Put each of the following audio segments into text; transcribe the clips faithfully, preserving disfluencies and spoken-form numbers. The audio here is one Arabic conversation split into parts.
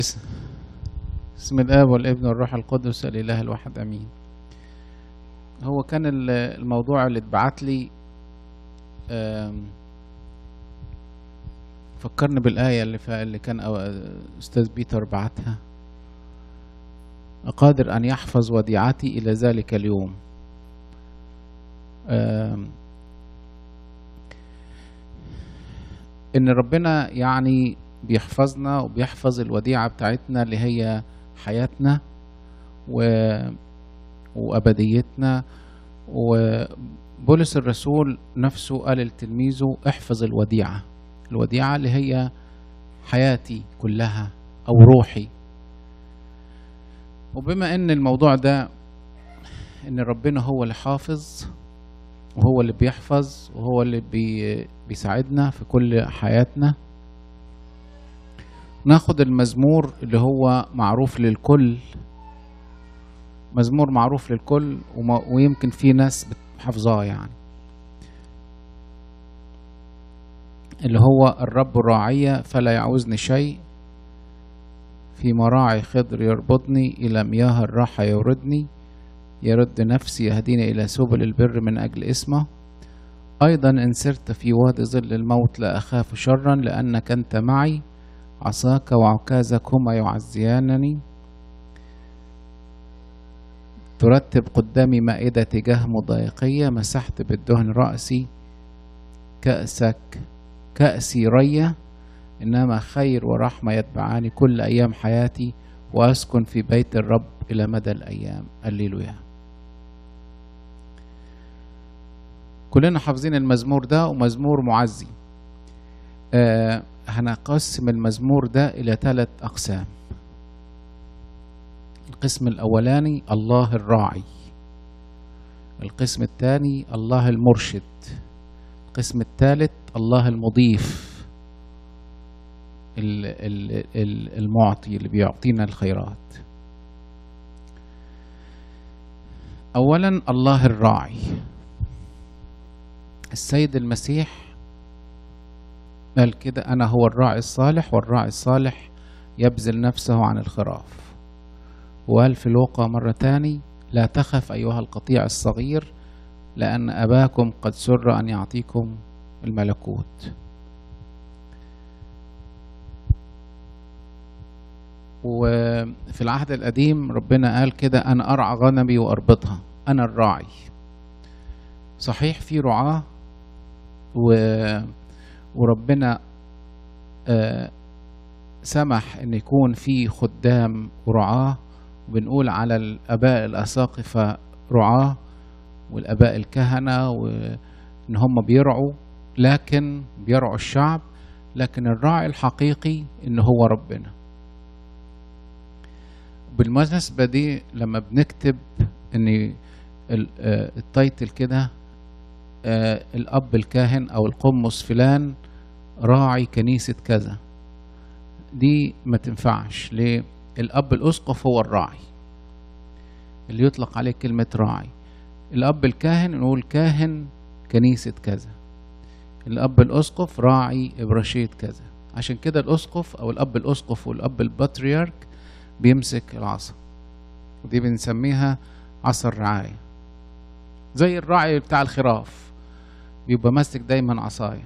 بسم الآب والابن والروح القدس الإله الواحد أمين. هو كان الموضوع اللي اتبعت لي فكرني بالآية اللي, اللي كان أستاذ بيتر بعتها: قادر أن يحفظ وديعتي إلى ذلك اليوم. إن ربنا يعني بيحفظنا وبيحفظ الوديعة بتاعتنا اللي هي حياتنا و... وأبديتنا. وبولس الرسول نفسه قال لتلميذه: احفظ الوديعة، الوديعة اللي هي حياتي كلها أو روحي. وبما أن الموضوع ده أن ربنا هو اللي حافظ وهو اللي بيحفظ وهو اللي بي... بيساعدنا في كل حياتنا، ناخد المزمور اللي هو معروف للكل، مزمور معروف للكل ويمكن في ناس حافظاه، يعني اللي هو: الرب راعي فلا يعوزني شيء، في مراعي خضر يربطني، إلى مياه الراحة يوردني، يرد نفسي، يهديني إلى سبل البر من أجل اسمه. أيضا إن سرت في وادي ظل الموت لا أخاف شرا، لأنك أنت معي، عصاك وعكازك هما يعزيانني. ترتب قدامي مائدة تجاه مضايقية، مسحت بالدهن رأسي، كأسك كأسي رية، إنما خير ورحمة يتبعاني كل أيام حياتي، وأسكن في بيت الرب إلى مدى الأيام. هللويا. كلنا حافظين المزمور ده، ومزمور معزي. آه هنقسم المزمور ده إلى ثلاث أقسام. القسم الأولاني الله الراعي، القسم الثاني الله المرشد، القسم الثالث الله المضيف المعطي اللي بيعطينا الخيرات. أولا الله الراعي. السيد المسيح قال كده: أنا هو الراعي الصالح، والراعي الصالح يبذل نفسه عن الخراف. وقال في لوقا مرة تاني: لا تخف أيها القطيع الصغير، لأن أباكم قد سر أن يعطيكم الملكوت. وفي العهد القديم ربنا قال كده: أنا أرعى غنمي وأربطها، أنا الراعي. صحيح في رعاة و... وربنا آه سمح أن يكون في خدام ورعاة، وبنقول على الآباء الأساقفة رعاة والآباء الكهنة وإن هم بيرعوا، لكن بيرعوا الشعب، لكن الراعي الحقيقي إن هو ربنا. بالمناسبة دي لما بنكتب إن التايتل كده: الأب الكاهن أو القمص فلان راعي كنيسة كذا، دي ما تنفعش. ليه؟ الأب الأسقف هو الراعي اللي يطلق عليه كلمة راعي. الأب الكاهن نقول كاهن كنيسة كذا، الأب الأسقف راعي إبراشية كذا. عشان كده الأسقف أو الأب الأسقف والأب البطريرك بيمسك العصا، ودي بنسميها عصا الرعاية. زي الراعي بتاع الخراف بيبقى ماسك دايما عصاية.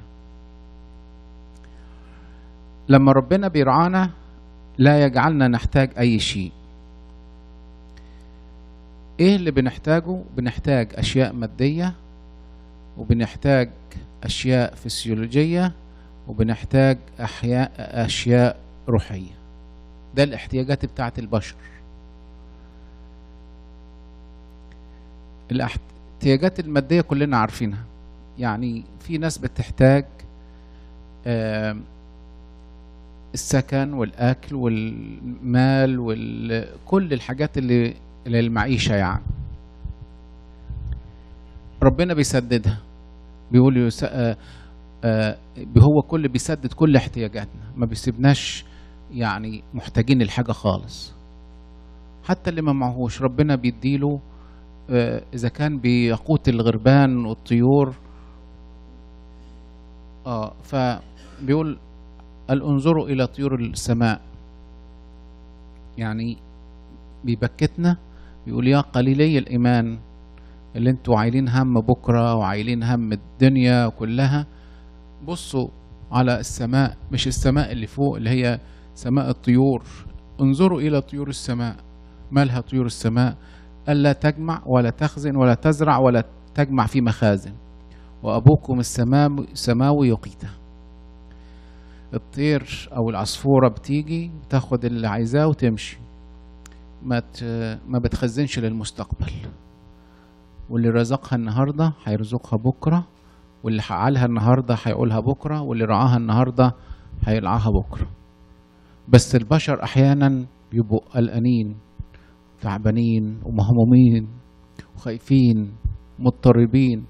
لما ربنا بيرعانا لا يجعلنا نحتاج أي شيء. إيه اللي بنحتاجه؟ بنحتاج أشياء مادية، وبنحتاج أشياء فسيولوجية، وبنحتاج أحياء أشياء روحية. ده الاحتياجات بتاعت البشر. الاحتياجات المادية كلنا عارفينها، يعني في ناس بتحتاج آه السكن والأكل والمال وكل الحاجات اللي للمعيشة، يعني ربنا بيسددها. بيقول يس... آه آه هو كل بيسدد كل احتياجاتنا، ما بيسيبناش يعني محتاجين الحاجة خالص. حتى اللي ما معهوش ربنا بيديله، آه إذا كان بيقوت الغربان والطيور. آه فبيقول: قال انظروا إلى طيور السماء يعني بيبكتنا، بيقول يا قليلي الإيمان اللي انتوا عايلين هم بكرة وعايلين هم الدنيا كلها، بصوا على السماء، مش السماء اللي فوق اللي هي سماء الطيور، انظروا إلى طيور السماء. مالها طيور السماء؟ ألا تجمع ولا تخزن ولا تزرع ولا تجمع في مخازن، وأبوكم السماوي يقيتها. الطير أو العصفورة بتيجي تاخد اللي عايزاه وتمشي، ما ما بتخزنش للمستقبل. واللي رزقها النهارده هيرزقها بكره، واللي حقلها النهارده هيقولها بكره، واللي رعاها النهارده هيرعاها بكره. بس البشر احيانا بيبقوا قلقانين تعبانين ومهمومين وخايفين مضطربين.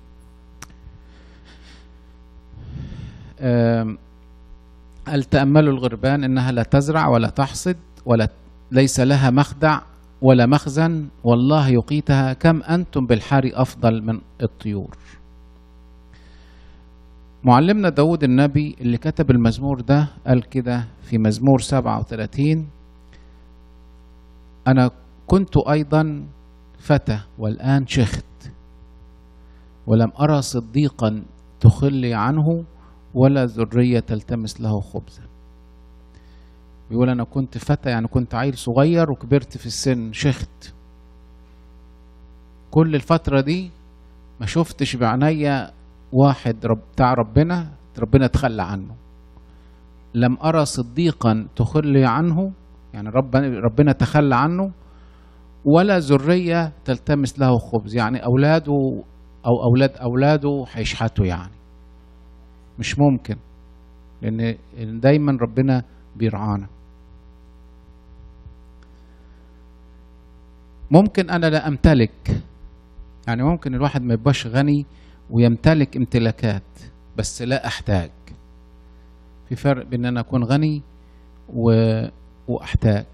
قال تأملوا الغربان إنها لا تزرع ولا تحصد ولا ليس لها مخدع ولا مخزن، والله يقيتها، كم أنتم بالحار أفضل من الطيور. معلمنا داود النبي اللي كتب المزمور ده قال كده في مزمور سبعة وثلاثين: أنا كنت أيضا فتى والآن شخت، ولم أرى صديقا تخلي عنه ولا ذرية تلتمس له خبزا. بيقول أنا كنت فتى، يعني كنت عيل صغير وكبرت في السن، شخت. كل الفترة دي ما شفتش بعناية واحد رب بتاع ربنا ربنا تخلى عنه. لم أرى صديقا تخلي عنه، يعني ربنا ربنا تخلى عنه، ولا ذرية تلتمس له خبز، يعني أولاده أو أولاد أولاده هيشحتوا، يعني مش ممكن، لأن دايما ربنا بيرعانا. ممكن أنا لا أمتلك، يعني ممكن الواحد ما يبقاش غني ويمتلك امتلاكات بس لا أحتاج. في فرق بين أن أكون غني و... وأحتاج.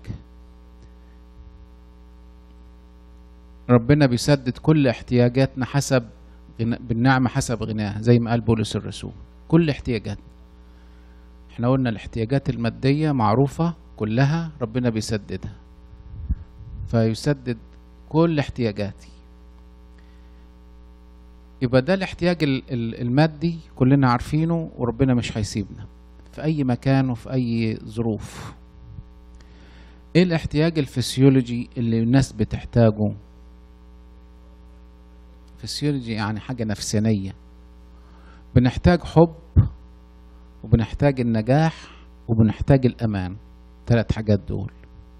ربنا بيسدد كل احتياجاتنا حسب غنا... بالنعمة حسب غناه، زي ما قال بولس الرسول كل احتياجاتنا. احنا قلنا الاحتياجات المادية معروفة كلها ربنا بيسددها، فيسدد كل احتياجاتي. يبقى ده الاحتياج المادي كلنا عارفينه، وربنا مش هيسيبنا في أي مكان وفي أي ظروف. ايه الاحتياج الفسيولوجي اللي الناس بتحتاجه؟ فسيولوجي يعني حاجة نفسانية. بنحتاج حب، وبنحتاج النجاح، وبنحتاج الأمان. ثلاث حاجات دول.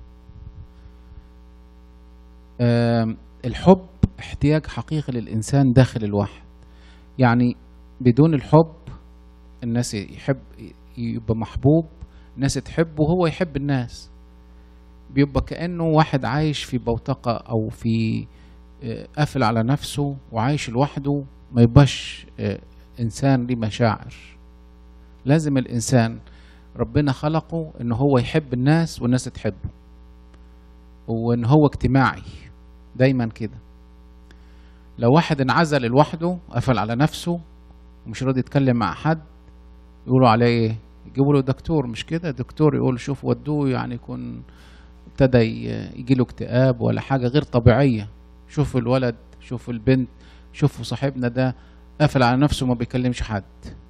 الحب احتياج حقيقي للإنسان داخل الواحد، يعني بدون الحب الناس يحب يبقى محبوب، الناس تحبه وهو يحب الناس، بيبقى كأنه واحد عايش في بوتقة أو في قافل على نفسه وعايش لوحده، ما يبقاش إنسان ليه مشاعر. لازم الإنسان ربنا خلقه إنه هو يحب الناس والناس تحبه، وإن هو اجتماعي دايما كده. لو واحد انعزل لوحده قفل على نفسه ومش راضي يتكلم مع حد، يقولوا عليه ايه؟ يجيبوا له دكتور، مش كده؟ دكتور يقول شوف ودوه، يعني يكون ابتدى يجي له اكتئاب ولا حاجة غير طبيعية. شوفوا الولد، شوفوا البنت، شوفوا صاحبنا ده قفل على نفسه ما بيكلمش حد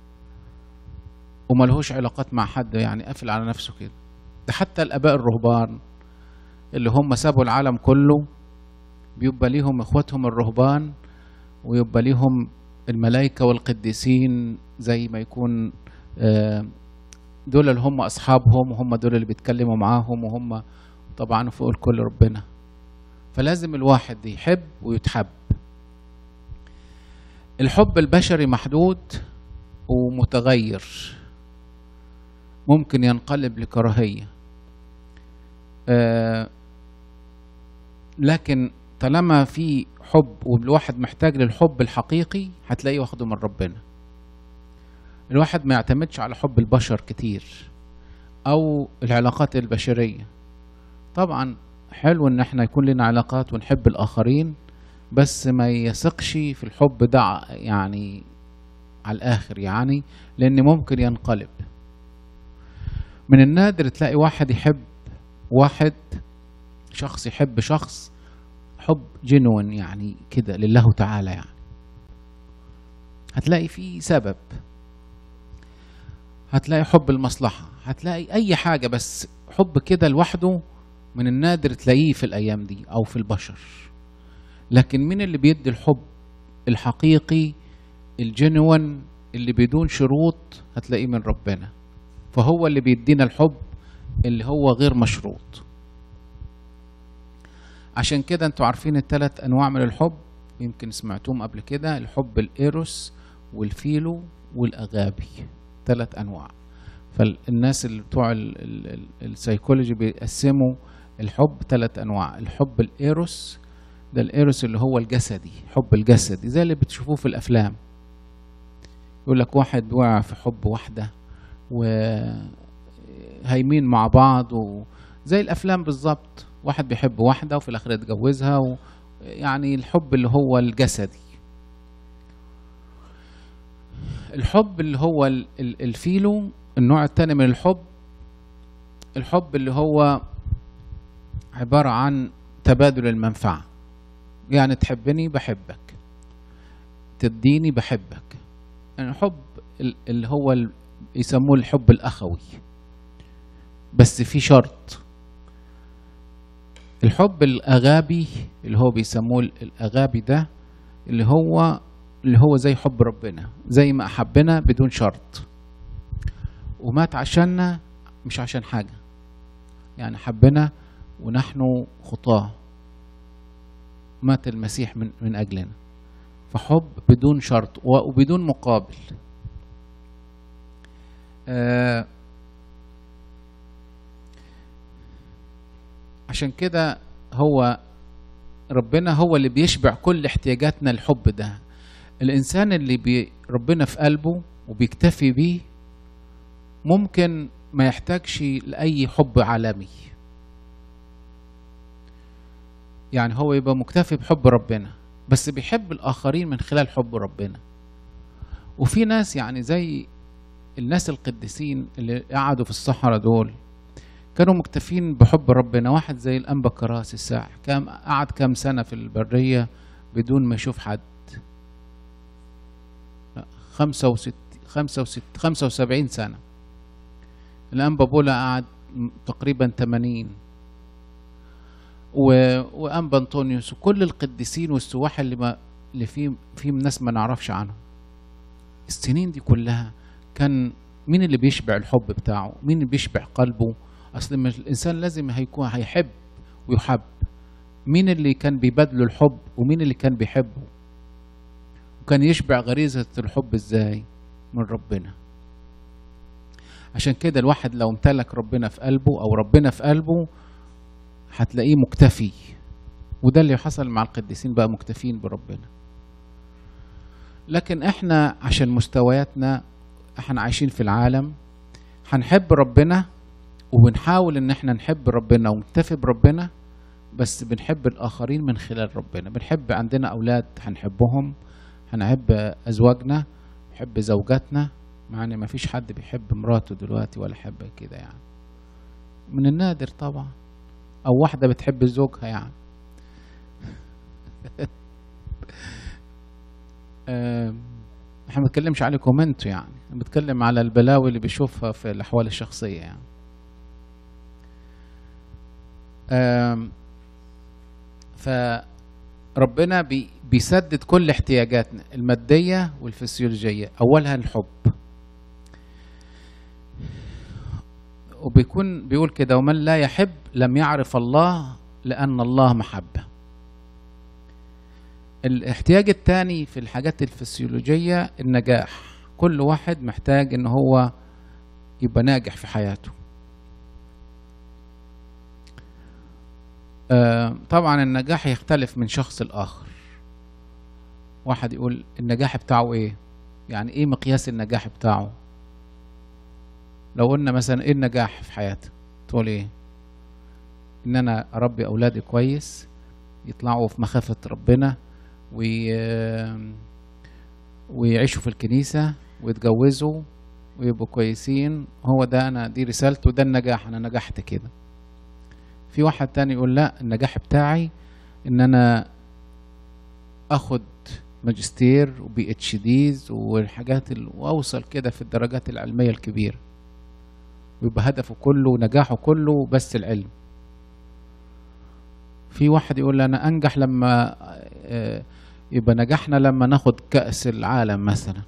وملهوش علاقات مع حد، يعني قفل على نفسه كده. ده حتى الآباء الرهبان اللي هم سابوا العالم كله بيبقى ليهم اخواتهم الرهبان، ويبقى ليهم الملائكة والقديسين، زي ما يكون دول اللي هم أصحابهم، وهم دول اللي بيتكلموا معاهم، وهم طبعا فوق الكل ربنا. فلازم الواحد يحب ويتحب. الحب البشري محدود ومتغير، ممكن ينقلب لكراهية، آه لكن طالما في حب والواحد محتاج للحب الحقيقي هتلاقيه واخده من ربنا. الواحد ما يعتمدش على حب البشر كتير او العلاقات البشرية. طبعا حلو ان احنا يكون لنا علاقات ونحب الاخرين، بس ما يثقش في الحب ده يعني على الاخر، يعني لان ممكن ينقلب. من النادر تلاقي واحد يحب واحد شخص يحب شخص حب جنون يعني كده لله تعالى، يعني هتلاقي فيه سبب، هتلاقي حب المصلحة، هتلاقي أي حاجة، بس حب كده لوحده من النادر تلاقيه في الأيام دي أو في البشر. لكن مين اللي بيدي الحب الحقيقي الجنون اللي بدون شروط؟ هتلاقيه من ربنا. فهو اللي بيدينا الحب اللي هو غير مشروط. عشان كده انتوا عارفين الثلاث أنواع من الحب، يمكن سمعتوهم قبل كده: الحب الإيروس والفيلو والأغابي. ثلاث أنواع. فالناس اللي بتوع السيكولوجي بيقسموا الحب ثلاث أنواع: الحب الإيروس، ده الإيروس اللي هو الجسدي، حب الجسدي زي اللي بتشوفوه في الأفلام. يقول لك واحد وقع في حب واحدة وهايمين مع بعض، وزي الأفلام بالظبط، واحد بيحب واحدة وفي الآخر يتجوزها و... يعني الحب اللي هو الجسدي. الحب اللي هو الفيلو، النوع الثاني من الحب، الحب اللي هو عبارة عن تبادل المنفعة. يعني تحبني بحبك، تديني بحبك. يعني الحب اللي هو يسموه الحب الأخوي، بس في شرط. الحب الأغابي اللي هو بيسموه الأغابي ده اللي هو اللي هو زي حب ربنا، زي ما أحبنا بدون شرط ومات عشاننا، مش عشان حاجة. يعني حبنا ونحن خطاة، مات المسيح من من أجلنا. فحب بدون شرط وبدون مقابل. آه عشان كده هو ربنا هو اللي بيشبع كل احتياجاتنا. الحب ده الإنسان اللي بي ربنا في قلبه وبيكتفي بيه ممكن ما يحتاجش لأي حب عالمي. يعني هو يبقى مكتفي بحب ربنا، بس بيحب الآخرين من خلال حب ربنا. وفي ناس يعني زي الناس القديسين اللي قعدوا في الصحراء دول كانوا مكتفين بحب ربنا. واحد زي الأنبا كراس الساعة كان قعد كام سنة في البرية بدون ما يشوف حد. خمسة وست خمسة وست خمسة وسبعين سنة. الأنبا بولا قعد تقريبا ثمانين، وأنبا أنطونيوس وكل القديسين والسواح اللي ما اللي فيهم فيهم ناس ما نعرفش عنهم. السنين دي كلها كان مين اللي بيشبع الحب بتاعه؟ مين اللي بيشبع قلبه؟ أصل الإنسان لازم هيكون هيحب ويحب. مين اللي كان بيبادله الحب ومين اللي كان بيحبه؟ وكان يشبع غريزة الحب ازاي؟ من ربنا. عشان كده الواحد لو امتلك ربنا في قلبه او ربنا في قلبه هتلاقيه مكتفي. وده اللي حصل مع القديسين، بقى مكتفين بربنا. لكن احنا عشان مستوياتنا احنا عايشين في العالم، هنحب ربنا وبنحاول ان احنا نحب ربنا ونكتفي بربنا، بس بنحب الاخرين من خلال ربنا. بنحب عندنا اولاد هنحبهم، هنحب ازواجنا، نحب زوجاتنا، مع ان ما فيش حد بيحب مراته دلوقتي ولا حب كده، يعني من النادر طبعا. او واحده بتحب زوجها يعني. احنا ما بنتكلمش عليكم انتوا، يعني بنتكلم على البلاوي اللي بيشوفها في الاحوال الشخصيه يعني. فربنا بي بيسدد كل احتياجاتنا الماديه والفسيولوجيه، اولها الحب. وبيكون بيقول كده: ومن لا يحب لم يعرف الله لأن الله محبة. الاحتياج الثاني في الحاجات الفسيولوجية النجاح. كل واحد محتاج ان هو يبقى ناجح في حياته. آه طبعا النجاح يختلف من شخص لآخر. واحد يقول النجاح بتاعه ايه؟ يعني ايه مقياس النجاح بتاعه؟ لو قلنا مثلا ايه النجاح في حياتي، تقول ايه؟ ان انا اربي اولادي كويس، يطلعوا في مخافة ربنا، وي... ويعيشوا في الكنيسة ويتجوزوا ويبقوا كويسين. هو ده انا، دي رسالته، ده النجاح، انا نجحت كده. في واحد تاني يقول لا، النجاح بتاعي ان انا اخد ماجستير وبي اتش ديز والحاجات ال... واوصل كده في الدرجات العلمية الكبيرة، ويبقى هدفه كله ونجاحه كله بس العلم. في واحد يقول انا انجح لما يبقى نجحنا لما ناخد كأس العالم مثلا،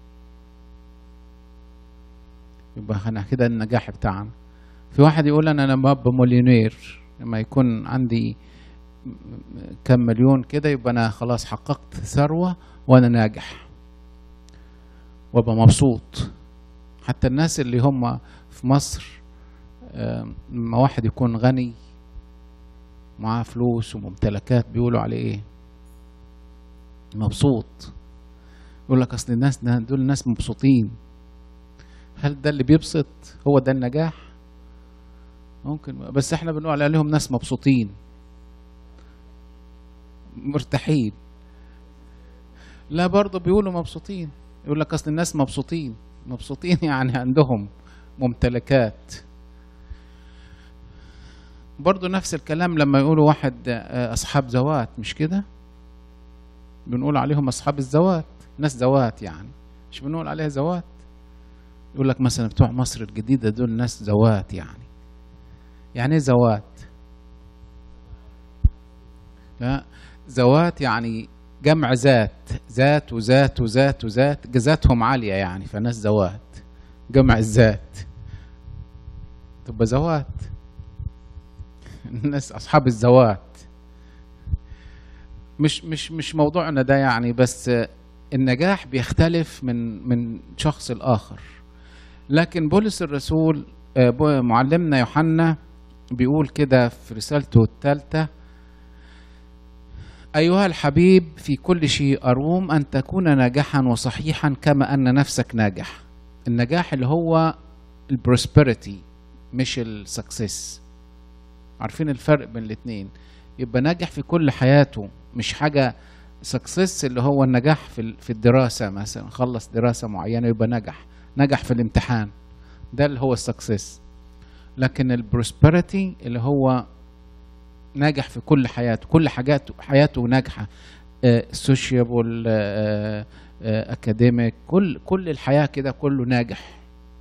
يبقى احنا كده النجاح بتاعنا. في واحد يقول انا لما ابقى مليونير، لما يكون عندي كم مليون كده، يبقى انا خلاص حققت ثروة وانا ناجح وابقى مبسوط. حتى الناس اللي هم في مصر لما واحد يكون غني معاه فلوس وممتلكات بيقولوا عليه ايه؟ مبسوط. يقول لك اصل الناس دول ناس مبسوطين. هل ده اللي بيبسط هو ده النجاح؟ ممكن، بس احنا بنقول عليهم ناس مبسوطين مرتاحين. لا برضه بيقولوا مبسوطين، يقول لك اصل الناس مبسوطين. مبسوطين يعني عندهم ممتلكات. برضه نفس الكلام لما يقولوا واحد اصحاب ذوات، مش كده؟ بنقول عليهم اصحاب الذوات، ناس ذوات يعني، مش بنقول عليها ذوات. يقول لك مثلا بتوع مصر الجديدة دول ناس ذوات. يعني يعني ايه ذوات؟ لا، ذوات يعني جمع ذات، ذات وذات وذات وذات، جزاتهم عالية يعني، فناس ذوات، جمع الذات تبقى ذوات. الناس اصحاب الذوات. مش مش مش موضوعنا ده يعني، بس النجاح بيختلف من من شخص لآخر. لكن بولس الرسول معلمنا يوحنا بيقول كده في رسالته الثالثة: أيها الحبيب في كل شيء أروم أن تكون ناجحا وصحيحا كما أن نفسك ناجح. النجاح اللي هو البروسبريتي مش السكسس. عارفين الفرق بين الاثنين؟ يبقى ناجح في كل حياته، مش حاجة سكسس اللي هو النجاح في في الدراسة مثلا، خلص دراسة معينة يبقى نجح، نجح في الامتحان، ده اللي هو السكسس. لكن البروسبريتي اللي هو ناجح في كل حياته، كل حاجاته حياته ناجحة، سوشيابل، اكاديميك، كل كل الحياة كده كله ناجح.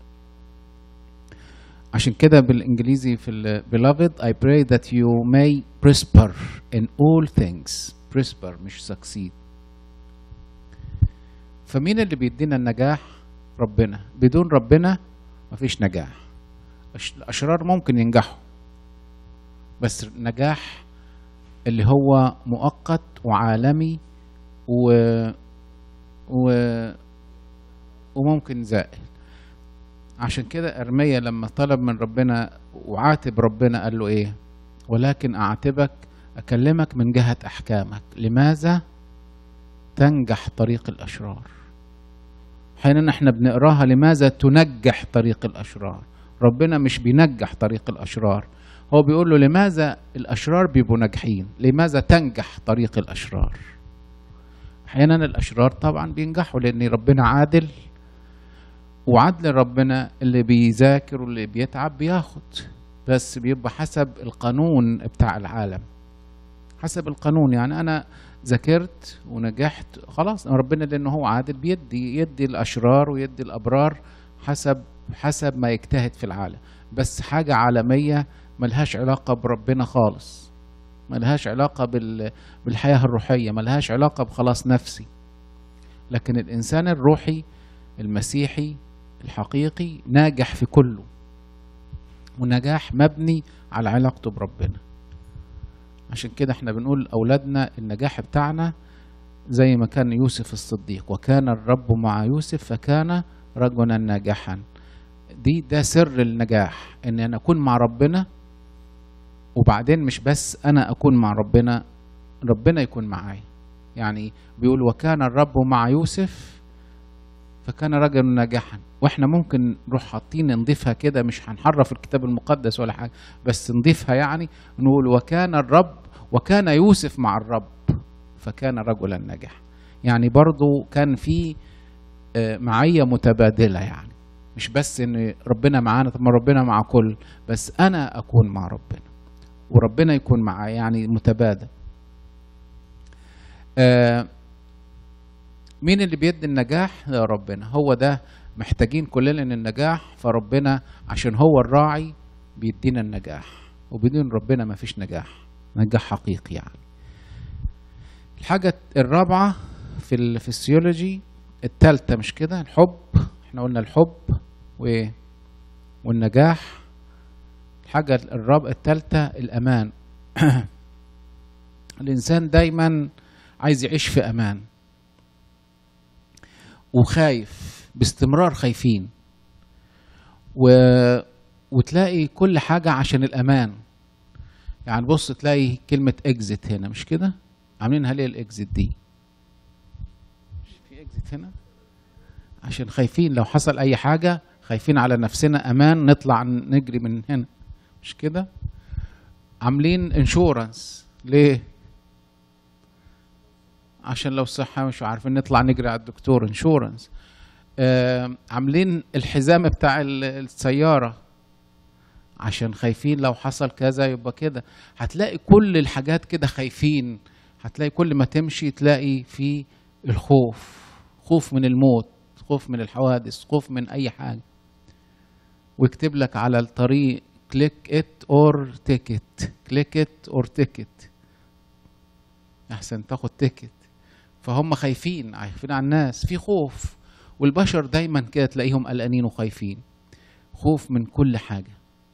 عشان كده بالانجليزي في ال beloved I pray that you may prosper in all things. prosper مش succeed. فمين اللي بيدينا النجاح؟ ربنا. بدون ربنا مفيش نجاح. الأشرار ممكن ينجحوا، بس النجاح اللي هو مؤقت وعالمي و... و... وممكن زائل. عشان كده أرميا لما طلب من ربنا وعاتب ربنا قال له ايه؟ ولكن أعاتبك أكلمك من جهة أحكامك، لماذا تنجح طريق الأشرار؟ حينما احنا بنقراها لماذا تنجح طريق الأشرار، ربنا مش بينجح طريق الأشرار، هو بيقول له لماذا الأشرار بيبقوا ناجحين، لماذا تنجح طريق الأشرار. أحيانا الأشرار طبعا بينجحوا لأن ربنا عادل، وعدل ربنا اللي بيذاكر واللي بيتعب بياخد، بس بيبقى حسب القانون بتاع العالم، حسب القانون. يعني أنا ذاكرت ونجحت خلاص، ربنا لأنه هو عادل بيدي يدي الأشرار ويدي الأبرار حسب حسب ما يجتهد في العالم. بس حاجة عالمية ملهاش علاقة بربنا خالص، ملهاش علاقة بالحياة الروحية، ملهاش علاقة بخلاص نفسي. لكن الإنسان الروحي المسيحي الحقيقي ناجح في كله، ونجاح مبني على علاقته بربنا. عشان كده احنا بنقول لأولادنا النجاح بتاعنا زي ما كان يوسف الصديق: وكان الرب مع يوسف فكان رجلا ناجحا. دي ده سر النجاح، ان انا اكون مع ربنا، وبعدين مش بس انا اكون مع ربنا، ربنا يكون معاي. يعني بيقول وكان الرب مع يوسف فكان رجلا ناجحا. واحنا ممكن نروح حاطين نضيفها كده، مش هنحرف الكتاب المقدس ولا حاجه، بس نضيفها يعني نقول وكان الرب وكان يوسف مع الرب فكان رجلا ناجحا. يعني برضو كان في معية متبادلة، يعني مش بس ان ربنا معانا، طب ما ربنا مع كل، بس انا اكون مع ربنا. وربنا يكون معاه، يعني متبادل. آه مين اللي بيدي النجاح؟ ده ربنا. هو ده محتاجين كلنا النجاح، فربنا عشان هو الراعي بيدينا النجاح، وبدون ربنا ما فيش نجاح، نجاح حقيقي يعني. الحاجة الرابعة في الفسيولوجي الثالثة مش كده؟ الحب. احنا قلنا الحب و... والنجاح. الحاجة الرابعة الثالثة الأمان. الإنسان دايما عايز يعيش في أمان، وخايف باستمرار، خايفين و... وتلاقي كل حاجة عشان الأمان. يعني بص تلاقي كلمة اكزيت هنا مش كده؟ عاملينها ليه الاكزيت دي؟ مش في اكزيت هنا؟ عشان خايفين لو حصل أي حاجة، خايفين على نفسنا، أمان، نطلع نجري من هنا مش كده؟ عاملين انشورنس ليه؟ عشان لو صحة مش عارفين نطلع نجري على الدكتور، انشورنس. آه عاملين الحزام بتاع السيارة عشان خايفين لو حصل كذا يبقى كده. هتلاقي كل الحاجات كده خايفين، هتلاقي كل ما تمشي تلاقي في الخوف، خوف من الموت، خوف من الحوادث، خوف من أي حاجة. ويكتب لك على الطريق click it or take it، click it or take it، أحسن تاخد تيكت. فهم خايفين، خايفين على الناس، في خوف. والبشر دايما كده تلاقيهم قلقانين وخايفين، خوف من كل حاجة.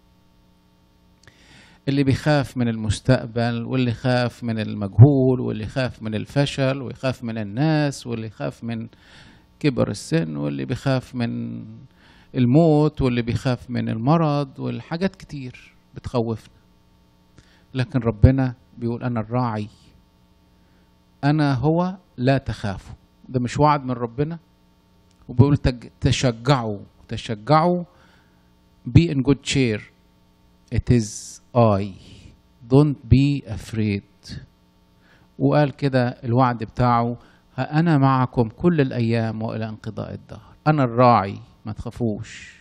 اللي بيخاف من المستقبل، واللي خاف من المجهول، واللي خاف من الفشل، ويخاف من الناس، واللي خاف من كبر السن، واللي بيخاف من الموت، واللي بيخاف من المرض، والحاجات كتير بتخوفنا. لكن ربنا بيقول أنا الراعي، أنا هو لا تخافوا. ده مش وعد من ربنا؟ وبيقول تشجعوا، تشجعوا be in good cheer it is I don't be afraid. وقال كده الوعد بتاعه ها أنا معكم كل الأيام وإلى انقضاء الدهر. أنا الراعي، ما تخافوش.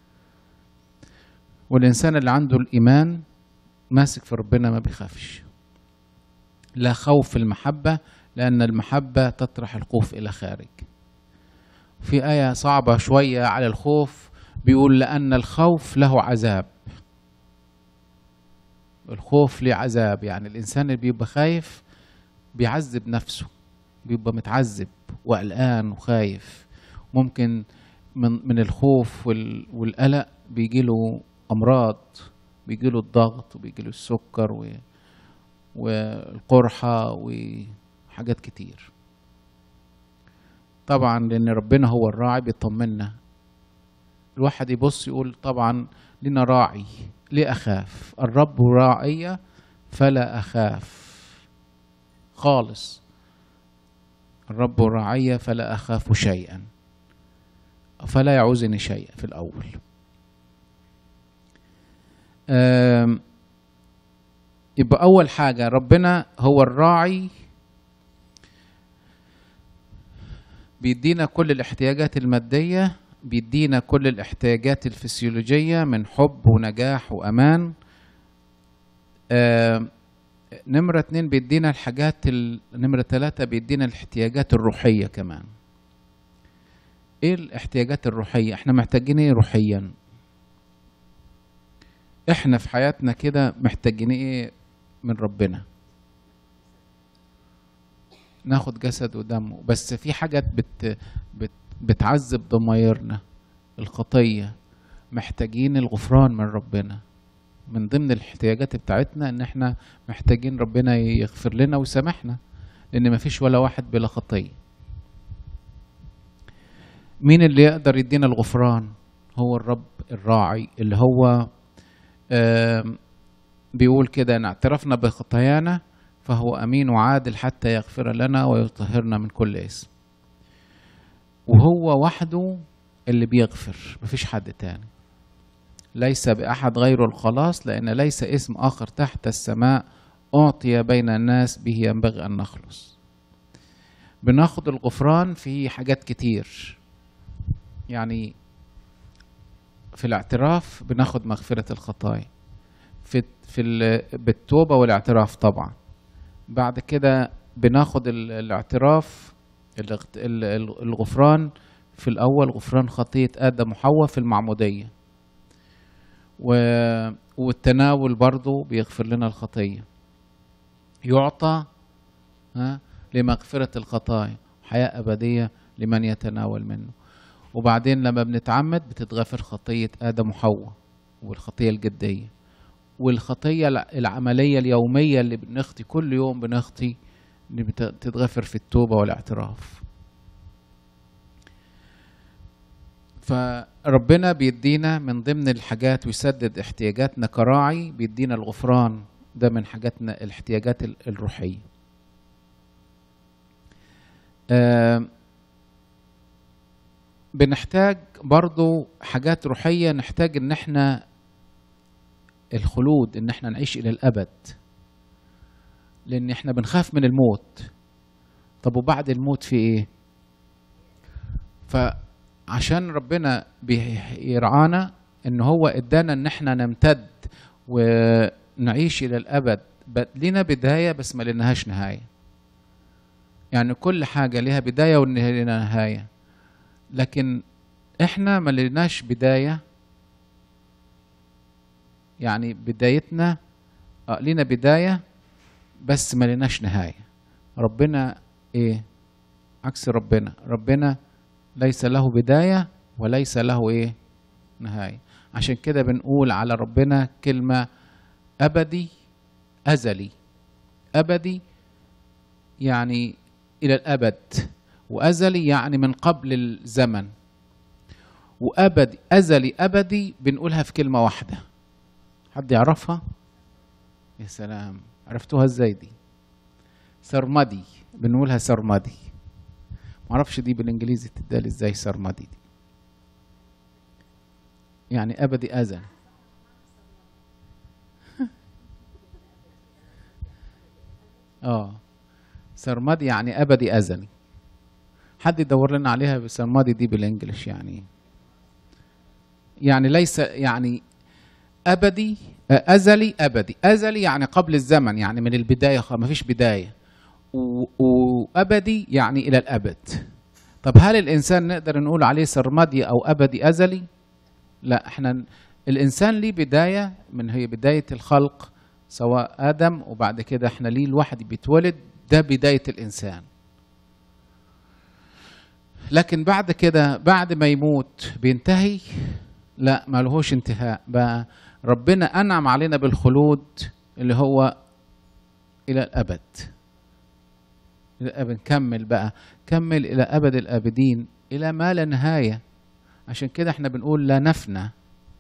والإنسان اللي عنده الإيمان ماسك في ربنا ما بيخافش. لا خوف في المحبة، لأن المحبة تطرح الخوف إلى خارج. في آية صعبة شوية على الخوف، بيقول لأن الخوف له عذاب. الخوف له عذاب، يعني الإنسان اللي بيبقى خايف بيعذب نفسه، بيبقى متعذب وقلقان وخايف. ممكن من من الخوف والقلق بيجيله أمراض، بيجيله الضغط وبيجيله السكر و والقرحة وحاجات كتير. طبعا لأن ربنا هو الراعي بيطمنا. الواحد يبص يقول طبعا لنا راعي، ليه أخاف؟ الرب راعي فلا أخاف خالص. الرب راعي فلا أخاف شيئا، فلا يعوزني شيئا في الأول. يبقى أول حاجة ربنا هو الراعي، بيدينا كل الاحتياجات المادية، بيدينا كل الاحتياجات الفسيولوجية من حب ونجاح وأمان. آه نمرة اتنين بيدينا الحاجات، نمرة ثلاثة بيدينا الاحتياجات الروحية كمان. ايه الاحتياجات الروحية؟ احنا محتاجين ايه روحيا؟ احنا في حياتنا كده محتاجين ايه من ربنا؟ ناخد جسد ودمه، بس في حاجات بت بت بتعذب ضمايرنا، الخطية. محتاجين الغفران من ربنا. من ضمن الاحتياجات بتاعتنا ان احنا محتاجين ربنا يغفر لنا ويسامحنا، لان مفيش ولا واحد بلا خطية. مين اللي يقدر يدينا الغفران؟ هو الرب الراعي، اللي هو بيقول كده ان اعترفنا بخطايانا فهو امين وعادل حتى يغفر لنا ويطهرنا من كل اسم. وهو وحده اللي بيغفر، مفيش حد تاني. ليس بأحد غير الخلاص، لأن ليس اسم آخر تحت السماء أعطي بين الناس به ينبغي أن نخلص. بناخد الغفران في حاجات كتير، يعني في الاعتراف بناخد مغفرة الخطايا، في في بالتوبة والاعتراف طبعا. بعد كده بناخد الاعتراف الغفران في الأول، غفران خطية آدم وحواء في المعمودية، والتناول برضو بيغفر لنا الخطية، يعطى ها لمغفرة الخطايا، حياة أبدية لمن يتناول منه. وبعدين لما بنتعمد بتتغفر خطية آدم وحواء والخطية الجدية، والخطية العملية اليومية اللي بنخطي كل يوم بنخطي بتتغفر في التوبة والاعتراف. فربنا بيدينا من ضمن الحاجات ويسدد احتياجاتنا كراعي، بيدينا الغفران ده من حاجاتنا الاحتياجات الروحية. آه بنحتاج برضو حاجات روحية، نحتاج ان احنا الخلود، ان احنا نعيش الى الابد، لان احنا بنخاف من الموت. طب وبعد الموت في ايه؟ فعشان ربنا بيرعانا ان هو ادانا ان احنا نمتد ونعيش الى الابد، لنا بداية بس ما لناهاش نهاية. يعني كل حاجة لها بداية ولنا نهاية، لكن احنا ما لناش بداية. يعني بدايتنا اه لنا بداية بس ما لناش نهاية. ربنا ايه عكس ربنا، ربنا ليس له بداية وليس له ايه نهاية. عشان كده بنقول على ربنا كلمة أبدي أزلي. أبدي يعني إلى الأبد، وأزلي يعني من قبل الزمن، وأبدي أزلي أبدي بنقولها في كلمة واحدة. حد يعرفها؟ يا سلام، عرفتوها ازاي دي؟ سرمدي، بنقولها سرمدي. معرفش دي بالانجليزي تدال ازاي سرمدي دي. يعني أبدي أزل. اه سرمدي يعني أبدي أزلي. حد يدور لنا عليها بسرمدي دي بالانجلش يعني. يعني ليس يعني أبدي أزلي أبدي. أزلي يعني قبل الزمن، يعني من البداية، ما فيش بداية. وأبدي يعني إلى الأبد. طب هل الإنسان نقدر نقول عليه سرمدي أو أبدي أزلي؟ لا، احنا الإنسان ليه بداية، من هي بداية الخلق سواء آدم، وبعد كده احنا ليه الواحد بيتولد، ده بداية الإنسان. لكن بعد كده بعد ما يموت بينتهي؟ لا، ما لهوش انتهاء. بقى ربنا أنعم علينا بالخلود اللي هو إلى الأبد. إلى الأبد كمل بقى، كمل إلى أبد الآبدين، إلى ما لا نهاية. عشان كده احنا بنقول لا نفنى،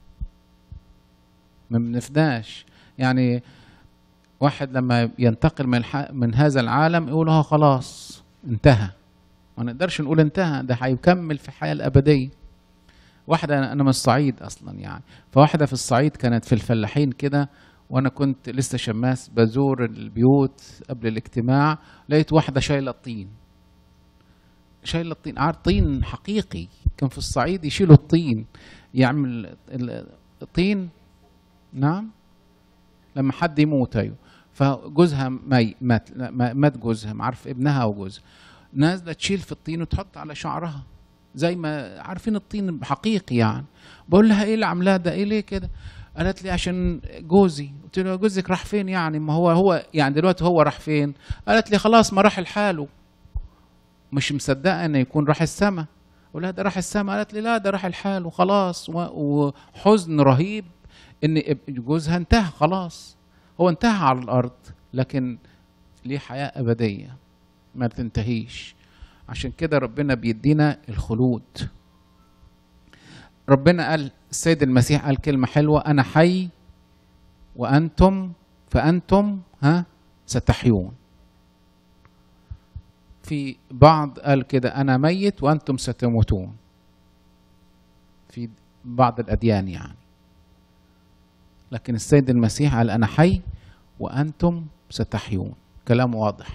ما بنفناش. يعني واحد لما ينتقل من, من هذا العالم يقول ها خلاص انتهى. ما نقدرش نقول انتهى، ده هيكمل في الحياة الأبدية. واحدة، أنا من الصعيد أصلا يعني، فواحدة في الصعيد كانت في الفلاحين كده، وأنا كنت لسه شماس بزور البيوت قبل الاجتماع، لقيت واحدة شايلة الطين. شايلة الطين، عارف طين حقيقي، كان في الصعيد يشيلوا الطين، يعمل الطين. نعم، لما حد يموت. أيوه، فجوزها مي مات مات جوزها، معرف ابنها أو جوزها، نازلة تشيل في الطين وتحط على شعرها زي ما عارفين الطين حقيقي يعني. بقول لها ايه اللي عاملاه ده، ايه ليه كده؟ قالت لي عشان جوزي. قلت لها جوزك راح فين يعني؟ ما هو هو يعني دلوقتي هو راح فين؟ قالت لي خلاص ما راح لحاله. مش مصدقه انه يكون راح السما. اقول لها ده راح السما؟ قالت لي لا، ده راح لحاله خلاص. وحزن رهيب ان جوزها انتهى خلاص، هو انتهى على الارض، لكن ليه حياه ابديه ما بتنتهيش. عشان كده ربنا بيدينا الخلود. ربنا قال، السيد المسيح قال كلمة حلوة، أنا حي وأنتم فأنتم ها ستحيون. في بعض قال كده أنا ميت وأنتم ستموتون، في بعض الأديان يعني. لكن السيد المسيح قال أنا حي وأنتم ستحيون، كلام واضح.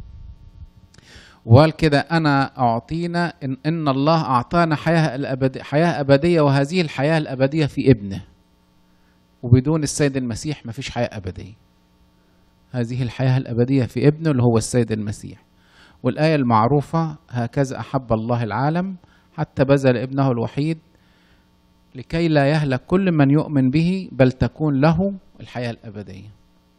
وقال كده أنا أعطينا إن, إن الله أعطانا حياة الأبدية، حياة أبدية، وهذه الحياة الأبدية في ابنه. وبدون السيد المسيح مفيش حياة أبدية. هذه الحياة الأبدية في ابنه اللي هو السيد المسيح. والآية المعروفة: هكذا أحب الله العالم حتى بذل ابنه الوحيد لكي لا يهلك كل من يؤمن به بل تكون له الحياة الأبدية.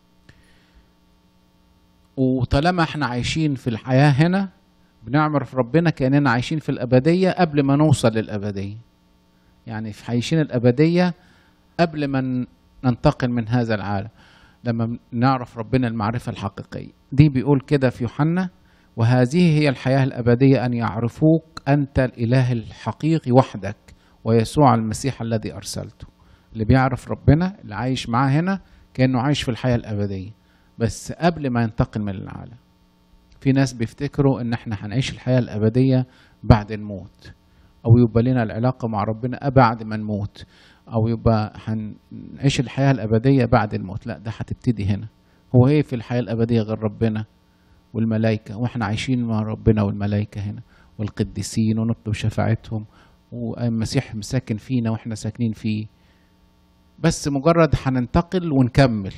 وطالما احنا عايشين في الحياة هنا بنعرف ربنا كأننا عايشين في الأبدية قبل ما نوصل للأبدية. يعني في عايشين الأبدية قبل ما ننتقل من هذا العالم، لما نعرف ربنا المعرفة الحقيقية دي. بيقول كده في يوحنا: وهذه هي الحياة الأبدية أن يعرفوك أنت الإله الحقيقي وحدك ويسوع المسيح الذي أرسلته. اللي بيعرف ربنا اللي عايش معاه هنا كأنه عايش في الحياة الأبدية بس قبل ما ينتقل من العالم. في ناس بيفتكروا ان احنا هنعيش الحياة الأبدية بعد الموت، او يبقى لنا العلاقة مع ربنا بعد ما نموت، او يبقى هنعيش الحياة الأبدية بعد الموت. لا، ده هتبتدي هنا. هو ايه في الحياة الأبدية غير ربنا والملائكة؟ واحنا عايشين مع ربنا والملائكة هنا والقديسين ونطلب شفاعتهم، والمسيح مساكن فينا واحنا ساكنين فيه. بس مجرد هننتقل ونكمل،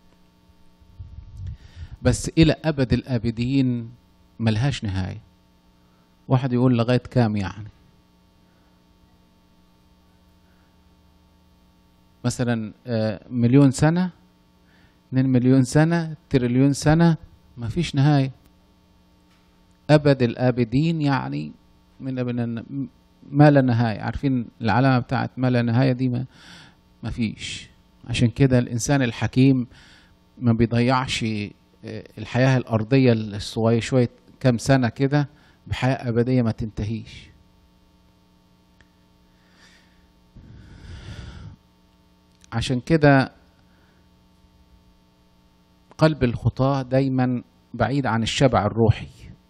بس إلى أبد الآبدين ملهاش نهاية. واحد يقول لغاية كام يعني؟ مثلا مليون سنة، اتنين مليون سنة، تريليون سنة، ما فيش نهاية. أبد الآبدين يعني من ما لا نهاية. عارفين العلامة بتاعت ما لا نهاية دي؟ ما, ما فيش. عشان كده الإنسان الحكيم ما بيضيعش الحياة الأرضية الصغيرة شوية كام سنة كده بحياة أبدية ما تنتهيش. عشان كده قلب الخطاة دايما بعيد عن الشبع الروحي.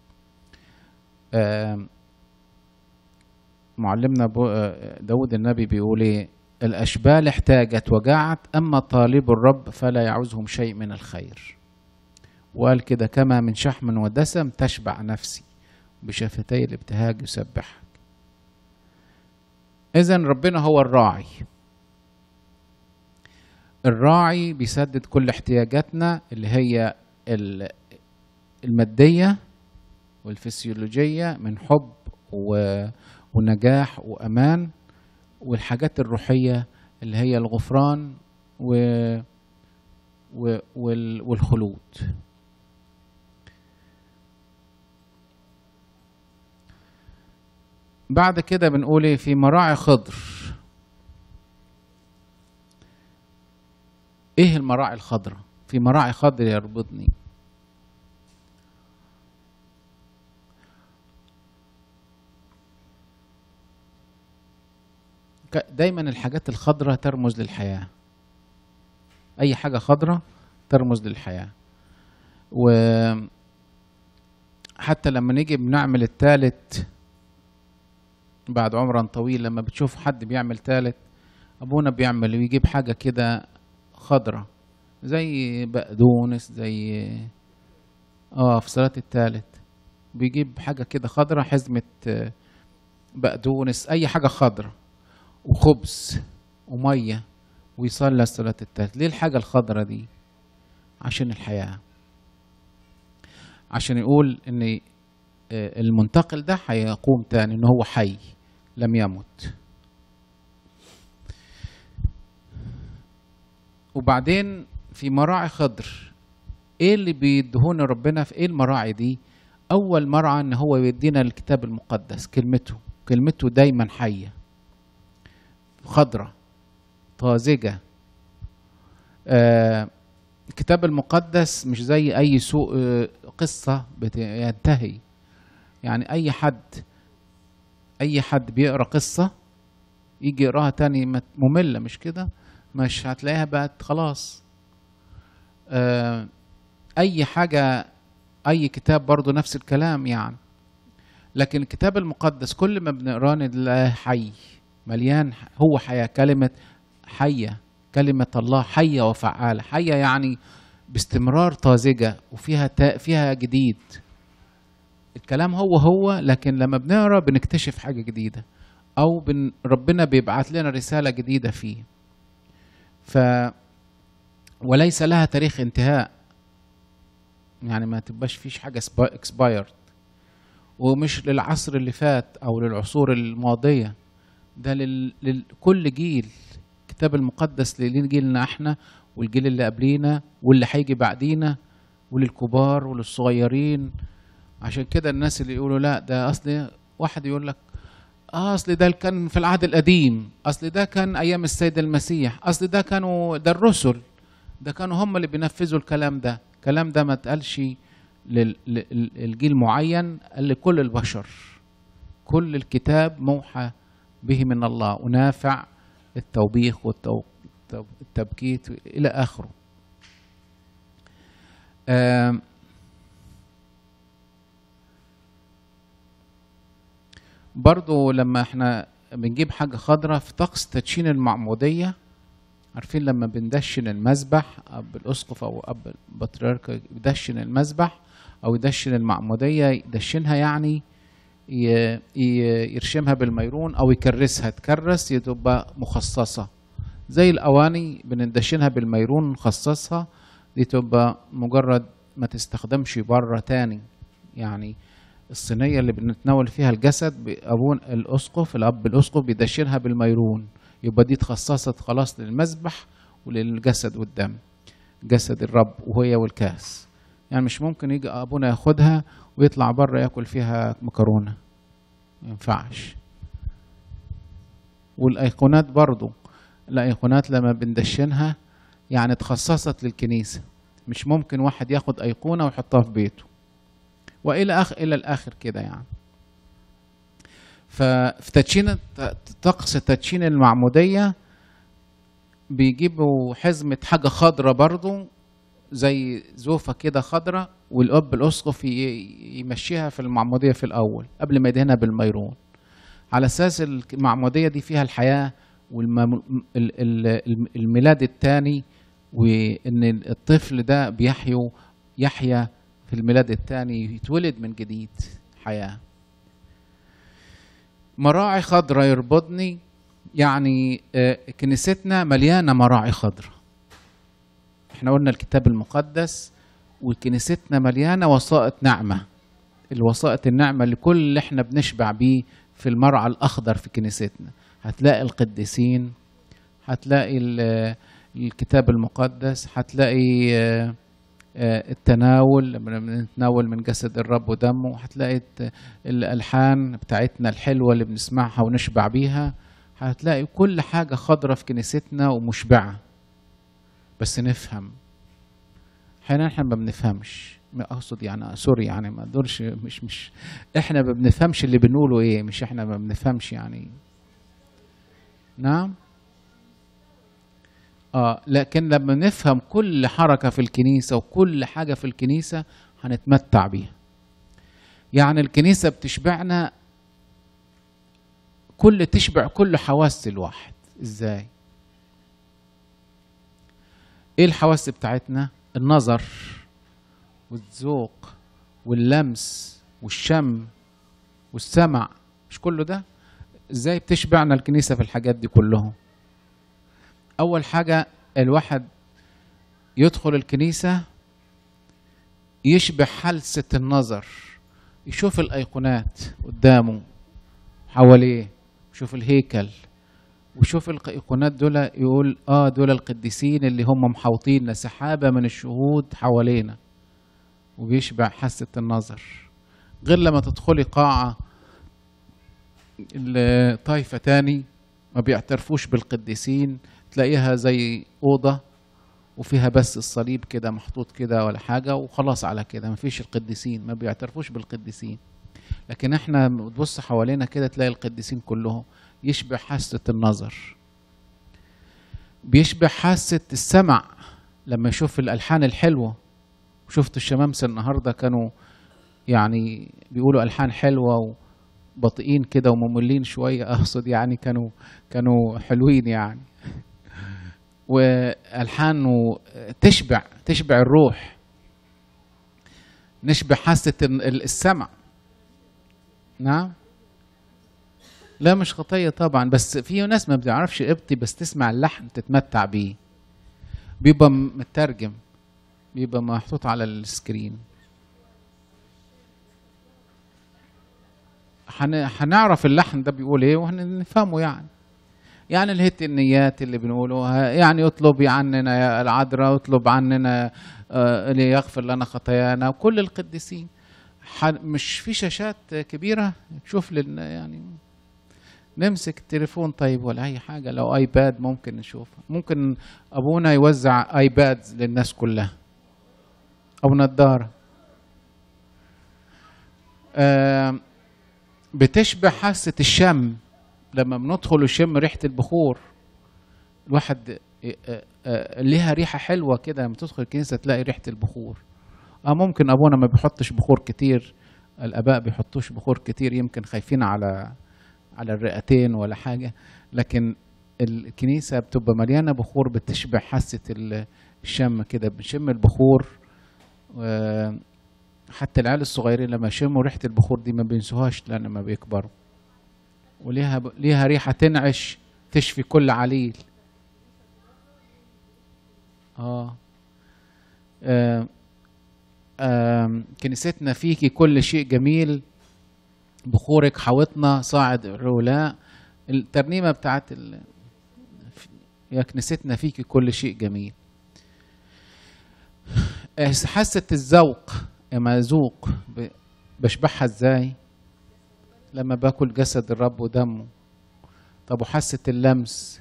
معلمنا داود النبي بيقول ايه: الأشبال احتاجت وجعت أما طالب الرب فلا يعوزهم شيء من الخير. وقال كده: كما من شحم ودسم تشبع نفسي بشفتي الابتهاج يسبحك. إذن ربنا هو الراعي. الراعي بيسدد كل احتياجاتنا اللي هي المادية والفسيولوجية من حب ونجاح وأمان، والحاجات الروحية اللي هي الغفران والخلود. بعد كده بنقول ايه؟ في مراعي خضر. ايه المراعي الخضراء؟ في مراعي خضر يربطني. دايما الحاجات الخضراء ترمز للحياة. اي حاجة خضراء ترمز للحياة. وحتى لما نيجي بنعمل الثالث بعد عمر طويل، لما بتشوف حد بيعمل ثالث، ابونا بيعمل ويجيب حاجة كده خضرة زي بقدونس، زي اه في صلاة الثالث بيجيب حاجة كده خضرة، حزمة بقدونس، اي حاجة خضرة، وخبز ومية، ويصلي صلاة الثالث. ليه الحاجة الخضرة دي؟ عشان الحياة، عشان يقول ان المنتقل ده هيقوم تاني، ان هو حي لم يمت. وبعدين في مراعي خضر. ايه اللي بيدهون ربنا في ايه المراعي دي؟ اول مرعى ان هو يدينا الكتاب المقدس، كلمته. كلمته دايما حية خضرة طازجة. آه الكتاب المقدس مش زي اي سوق آه قصة بينتهي. يعني اي حد اي حد بيقرأ قصة يجي يقراها تاني مملة، مش كده؟ مش هتلاقيها بقت خلاص. آه اي حاجة، اي كتاب برضو نفس الكلام يعني. لكن الكتاب المقدس كل ما بنقراه نلاقيه حي، مليان. هو حياة، كلمة حية، كلمة الله حية وفعالة. حية يعني باستمرار طازجة وفيها تا فيها جديد. الكلام هو هو، لكن لما بنقرا بنكتشف حاجة جديدة، او بن ربنا بيبعت لنا رسالة جديدة فيه. ف وليس لها تاريخ انتهاء، يعني ما تبقاش فيش حاجة expired، ومش للعصر اللي فات أو للعصور الماضية، ده لل... لكل جيل. الكتاب المقدس لجيلنا احنا والجيل اللي قبلينا واللي هيجي بعدينا وللكبار وللصغيرين. عشان كده الناس اللي يقولوا لا ده اصل، واحد يقول لك اه اصل ده كان في العهد القديم، اصل ده كان ايام السيد المسيح، اصل ده كانوا ده الرسل، ده كانوا هم اللي بينفذوا الكلام ده. الكلام ده ما اتقالش للجيل معين، قال لكل البشر. كل الكتاب موحى به من الله ونافع التوبيخ والتبكيت إلى آخره. برضو لما احنا بنجيب حاجة خضرة في طقس تدشين المعمودية، عارفين لما بندشن المذبح، أب الأسقف أو أب البطريرك يدشن المذبح أو يدشن المعمودية، يدشنها يعني يرشمها بالميرون أو يكرسها، تكرس تبقى مخصصة زي الأواني بندشنها بالميرون نخصصها، دي تبقى مجرد ما تستخدمش بره تاني. يعني الصينية اللي بنتناول فيها الجسد أبون الأسقف الأب الأسقف بيدشنها بالميرون، يبقى دي اتخصصت خلاص للمذبح وللجسد والدم، جسد الرب وهي والكاس. يعني مش ممكن يجي أبونا ياخدها ويطلع بره ياكل فيها مكرونة، ما ينفعش. والأيقونات برضو، الأيقونات لما بندشنها يعني اتخصصت للكنيسة، مش ممكن واحد ياخد أيقونة ويحطها في بيته وإلى آخر إلى الآخر كده يعني. ففي تدشين طقس تدشين المعمودية بيجيبوا حزمة حاجة خضرة برضو زي زوفة كده خضرة، والأب الأسقف يمشيها في المعمودية في الأول قبل ما يدهنها بالميرون، على أساس المعمودية دي فيها الحياة والميلاد الثاني، وإن الطفل ده بيحيو يحيا في الميلاد الثاني، يتولد من جديد حياة. مراعي خضرة يربطني، يعني كنيستنا مليانة مراعي خضرة. احنا قلنا الكتاب المقدس، وكنيستنا مليانة وسائط نعمة، الوسائط النعمة اللي كل اللي احنا بنشبع بيه في المرعى الأخضر في كنيستنا. هتلاقي القديسين، هتلاقي الكتاب المقدس، هتلاقي التناول لما بنتناول من جسد الرب ودمه، هتلاقي الألحان بتاعتنا الحلوة اللي بنسمعها ونشبع بيها، هتلاقي كل حاجة خضرة في كنيستنا ومشبعة. بس نفهم، احيانا احنا ما بنفهمش، اقصد يعني سوري يعني ما دورش مش مش احنا ما بنفهمش اللي بنقوله ايه، مش احنا ما بنفهمش يعني. نعم اه لكن لما نفهم كل حركة في الكنيسة وكل حاجة في الكنيسة هنتمتع بيها. يعني الكنيسة بتشبعنا، كل تشبع كل حواس الواحد. ازاي؟ ايه الحواس بتاعتنا؟ النظر والذوق واللمس والشم والسمع، مش كله ده؟ ازاي بتشبعنا الكنيسة في الحاجات دي كلهم؟ اول حاجة الواحد يدخل الكنيسة يشبع حلسة النظر، يشوف الايقونات قدامه حواليه، يشوف الهيكل وشوف الايقونات دول، يقول اه دول القديسين اللي هم محوطيننا، سحابة من الشهود حوالينا، وبيشبع حاسة النظر. غير لما تدخلي قاعة الطائفة تاني ما بيعترفوش بالقديسين، تلاقيها زي أوضة وفيها بس الصليب كده محطوط كده ولا حاجة وخلاص، على كده ما فيش القديسين، ما بيعترفوش بالقديسين. لكن احنا بتبص حوالينا كده تلاقي القديسين كلهم. يشبع حاسة النظر، بيشبع حاسة السمع لما يشوف الألحان الحلوة. شفت الشمامسة النهاردة كانوا يعني بيقولوا ألحان حلوة وبطئين كده ومملين شوية، أقصد يعني كانوا كانوا حلوين يعني، وألحان تشبع تشبع الروح، نشبع حاسة السمع. نعم لا مش خطية طبعا، بس في ناس ما بتعرفش قبطي بس تسمع اللحن تتمتع بيه. بيبقى مترجم، بيبقى محطوط على السكرين. هنعرف اللحن ده بيقول ايه وهنفهمه. يعني يعني الهت النيات اللي بنقوله، يعني اطلبي عننا يا العذراء، اطلب عننا آه ليغفر لنا خطايانا، وكل القديسين. مش في شاشات كبيرة تشوف لنا، يعني نمسك التليفون طيب ولا اي حاجة، لو ايباد ممكن نشوفها. ممكن ابونا يوزع ايباد للناس كلها او نظارة. آه بتشبه حاسة الشم، لما بندخل وشم ريحة البخور. الواحد ليها ريحة حلوة كده، لما تدخل الكنيسة تلاقي ريحة البخور. اه ممكن ابونا ما بيحطش بخور كتير، الاباء بيحطوش بخور كتير، يمكن خايفين على على الرئتين ولا حاجة، لكن الكنيسة بتبقى مليانة بخور، بتشبه حاسة الشم كده. بنشم البخور، حتى العيال الصغيرين لما يشموا ريحة البخور دي ما بينسوهاش لما بيكبروا. وليها ب... ليها ريحة تنعش، تشفي كل عليل. آه. آه. آه. كنيستنا فيكي كل شيء جميل، بخورك حوطنا صاعد العلاء. الترنيمة بتاعت ال... يا كنيستنا فيكي كل شيء جميل. حاسة الذوق، اما ذوق ب... بشبعها ازاي؟ لما باكل جسد الرب ودمه. طب وحاسة اللمس؟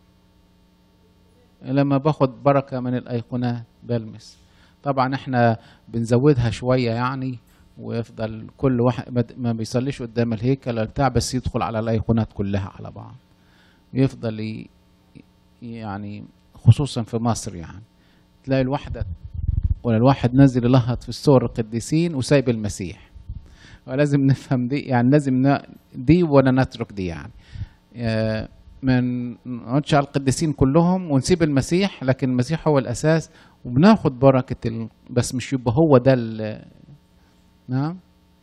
لما باخد بركة من الأيقونات بلمس. طبعا احنا بنزودها شوية يعني، ويفضل كل واحد ما بيصليش قدام الهيكل بتاع، بس يدخل على الأيقونات كلها على بعض، يفضل يعني خصوصا في مصر يعني تلاقي الواحدة ولا الواحد نازل يلهط في الصور القديسين وسايب المسيح. ولازم نفهم دي، يعني لازم دي ولا نترك دي، يعني ما نقعدش على القديسين كلهم ونسيب المسيح، لكن المسيح هو الأساس وبناخد بركة ال... بس مش يبقى هو ده ال... نعم.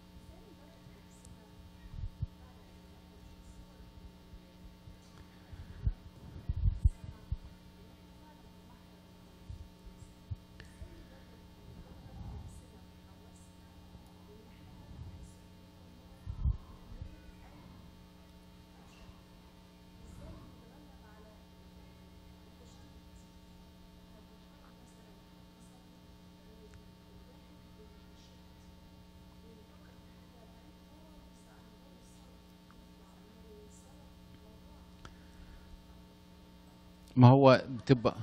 ما هو بتبقى